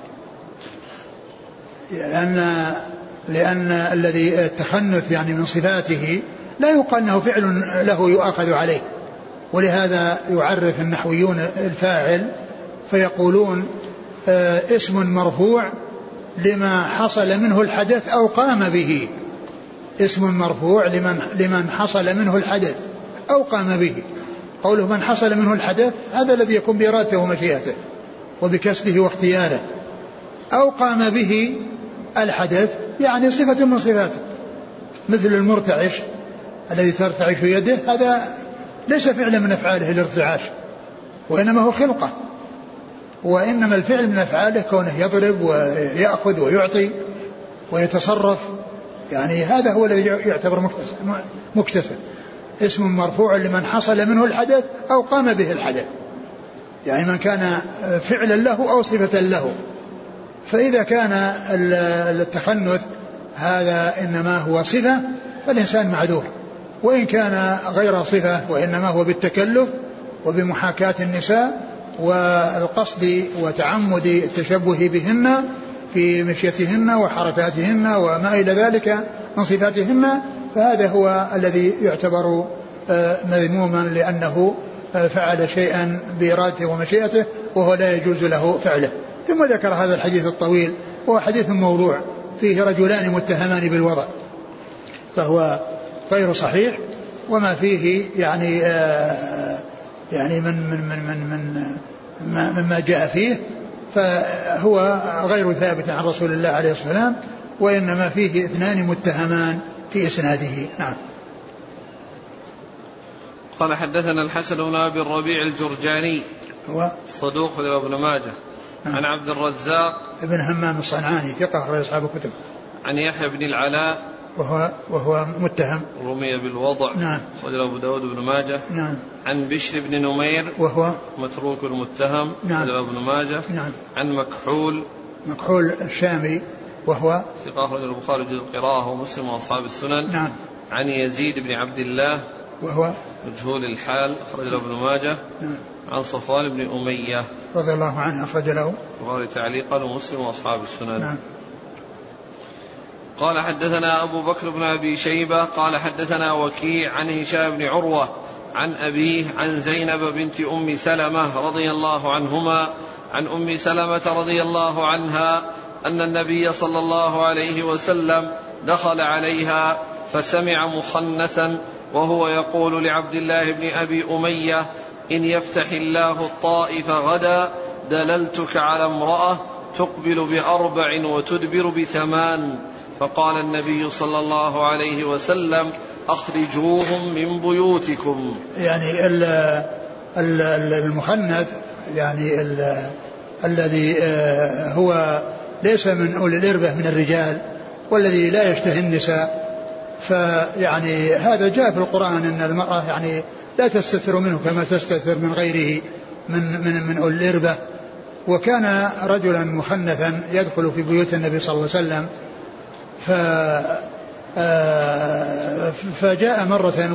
لأن, لأن الذي التخنث يعني من صفاته لا يقال أنه فعل له يؤاخذ عليه. ولهذا يعرف النحويون الفاعل فيقولون آه اسم مرفوع لما حصل منه الحدث أو قام به، اسم مرفوع لمن, لمن حصل منه الحدث أو قام به. قوله من حصل منه الحدث هذا الذي يكون بإرادته ومشيئته وبكسبه واختياره، أو قام به الحدث يعني صفة من صفاته، مثل المرتعش الذي ترتعش يده، هذا ليس فعلا من أفعاله الارتعاش، وإنما هو خلقة. وإنما الفعل من أفعاله كونه يضرب ويأخذ ويعطي ويتصرف، يعني هذا هو الذي يعتبر مكتسب. اسم مرفوع لمن حصل منه الحدث أو قام به الحدث، يعني من كان فعلا له أو صفة له. فإذا كان التخنث هذا إنما هو صفة فالإنسان معذور، وإن كان غير صفة وإنما هو بالتكلف وبمحاكاة النساء والقصد وتعمد التشبه بهن في مشيتهن وحركاتهن وما إلى ذلك من صفاتهن، فهذا هو الذي يعتبر مذموما لأنه فعل شيئا بإرادته ومشيئته وهو لا يجوز له فعله. ثم ذكر هذا الحديث الطويل وهو حديث موضوع فيه رجلان متهمان بالوضع، فهو غير صحيح، وما فيه يعني يعني من من من من من مما جاء فيه فهو غير ثابت عن رسول الله عليه الصلاة والسلام، وإنما فيه اثنان متهمان في إسناده. نعم. قال حدثنا الحسن بن أبي الربيع الجرجاني هو صدوق له ابن ماجه. نعم. عن عبد الرزاق ابن همام الصنعاني ثقة أخرج أصحاب الكتب. عن يحيى بن العلاء وهو وهو متهم رمي بالوضع. نعم. وجل أبو داود بن ماجه. نعم. عن بشر بن نمير وهو متروك المتهم. نعم. وجل ابن ماجه. نعم. عن مكحول مكحول الشامي وهو ثقة أخرج البخاري جزء القراءة ومسلم وأصحاب السنن. نعم. عن يزيد بن عبد الله وهو مجهول الحال أخرج له ابن ماجه. نعم. عن صفوان بن أمية رضي الله عنه أخرج له البخاري تعليقا ومسلم وأصحاب السنن. نعم. قال حدثنا أبو بكر بن أبي شيبة قال حدثنا وكيع عن هشام بن عروة عن أبيه عن زينب بنت أم سلمة رضي الله عنهما عن أم سلمة رضي الله عنها أن النبي صلى الله عليه وسلم دخل عليها فسمع مخنثا وهو يقول لعبد الله بن أبي أمية: إن يفتح الله الطائف غدا دللتك على امرأة تقبل بأربع وتدبر بثمان. فقال النبي صلى الله عليه وسلم: أخرجوهم من بيوتكم. يعني المخنث يعني ال الذي هو ليس من أولي الإربة من الرجال والذي لا يشتهي النساء، فيعني هذا جاء في القرآن أن المرأة يعني لا تستتر منه كما تستتر من غيره من من من أولي الإربة. وكان رجلا مخنثا يدخل في بيوت النبي صلى الله عليه وسلم، ف فجاء مرة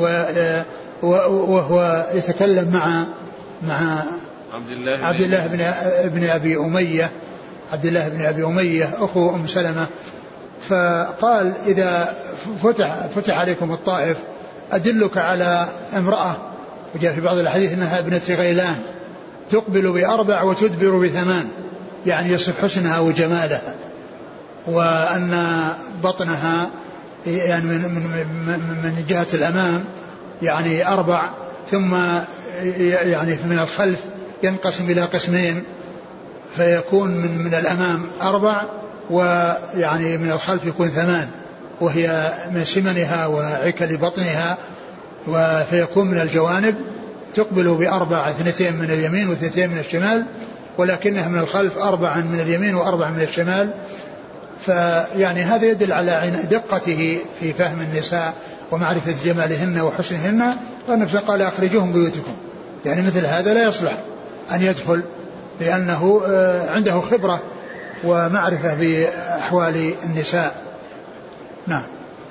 وهو يتكلم مع مع عبد الله بن, عبد الله بن, بن أبي أمية عبد الله بن أبي أمية أخو أم سلمة، فقال: إذا فتح, فتح عليكم الطائف أدلك على امرأة، وجاء في بعض الحديث أنها ابنة غيلان تقبل بأربع وتدبر بثمان، يعني يصف حسنها وجمالها، وأن بطنها يعني من, من, من جهة الأمام يعني أربع، ثم يعني من الخلف ينقسم إلى قسمين، فيكون من, من الأمام أربع، ويعني من الخلف يكون ثمان، وهي من سمنها وعكل بطنها، فيكون من الجوانب تقبل بأربع، اثنتين من اليمين واثنتين من الشمال، ولكنها من الخلف أربعا من اليمين وأربعا من الشمال. فيعني هذا يدل على دقته في فهم النساء ومعرفة جمالهن وحسنهن. والنبي قال: أخرجوهم بيوتكم، يعني مثل هذا لا يصلح أن يدخل، لأنه عنده خبرة ومعرفة بأحوال النساء. نعم.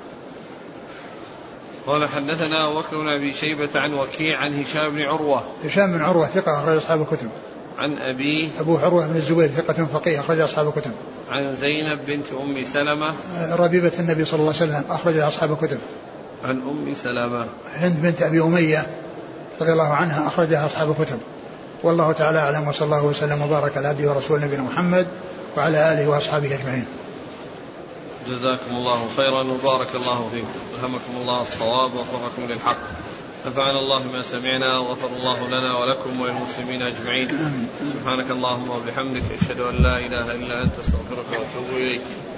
قال: حدثنا أبو بكر بن أبي شيبة عن وكيع عن هشام بن عروة. هشام بن عروة ثقة أخرج أصحاب الكتب. عن أبيه أبو عروة بن الزبير ثقة فقيه أخرج أصحاب الكتب. عن زينب بنت أم سلمة ربيبة النبي صلى الله عليه وسلم أخرج أصحاب الكتب. عن أم سلمة هند بنت أبي أمية رضي الله عنها أخرجها أصحاب الكتب. والله تعالى أعلم، وصلى الله وسلم وبارك على عبده ورسوله نبينا محمد وعلى آله وأصحابه أجمعين. جزاكم الله خيرا وبارك الله فيكم، ألهمكم الله الصواب ووفقكم للحق، نفعنا الله ما سمعنا وغفر الله لنا ولكم وللمسلمين أجمعين. سبحانك اللهم وبحمدك، أشهد أن لا إله إلا أنت، أستغفرك وأتوب إليك.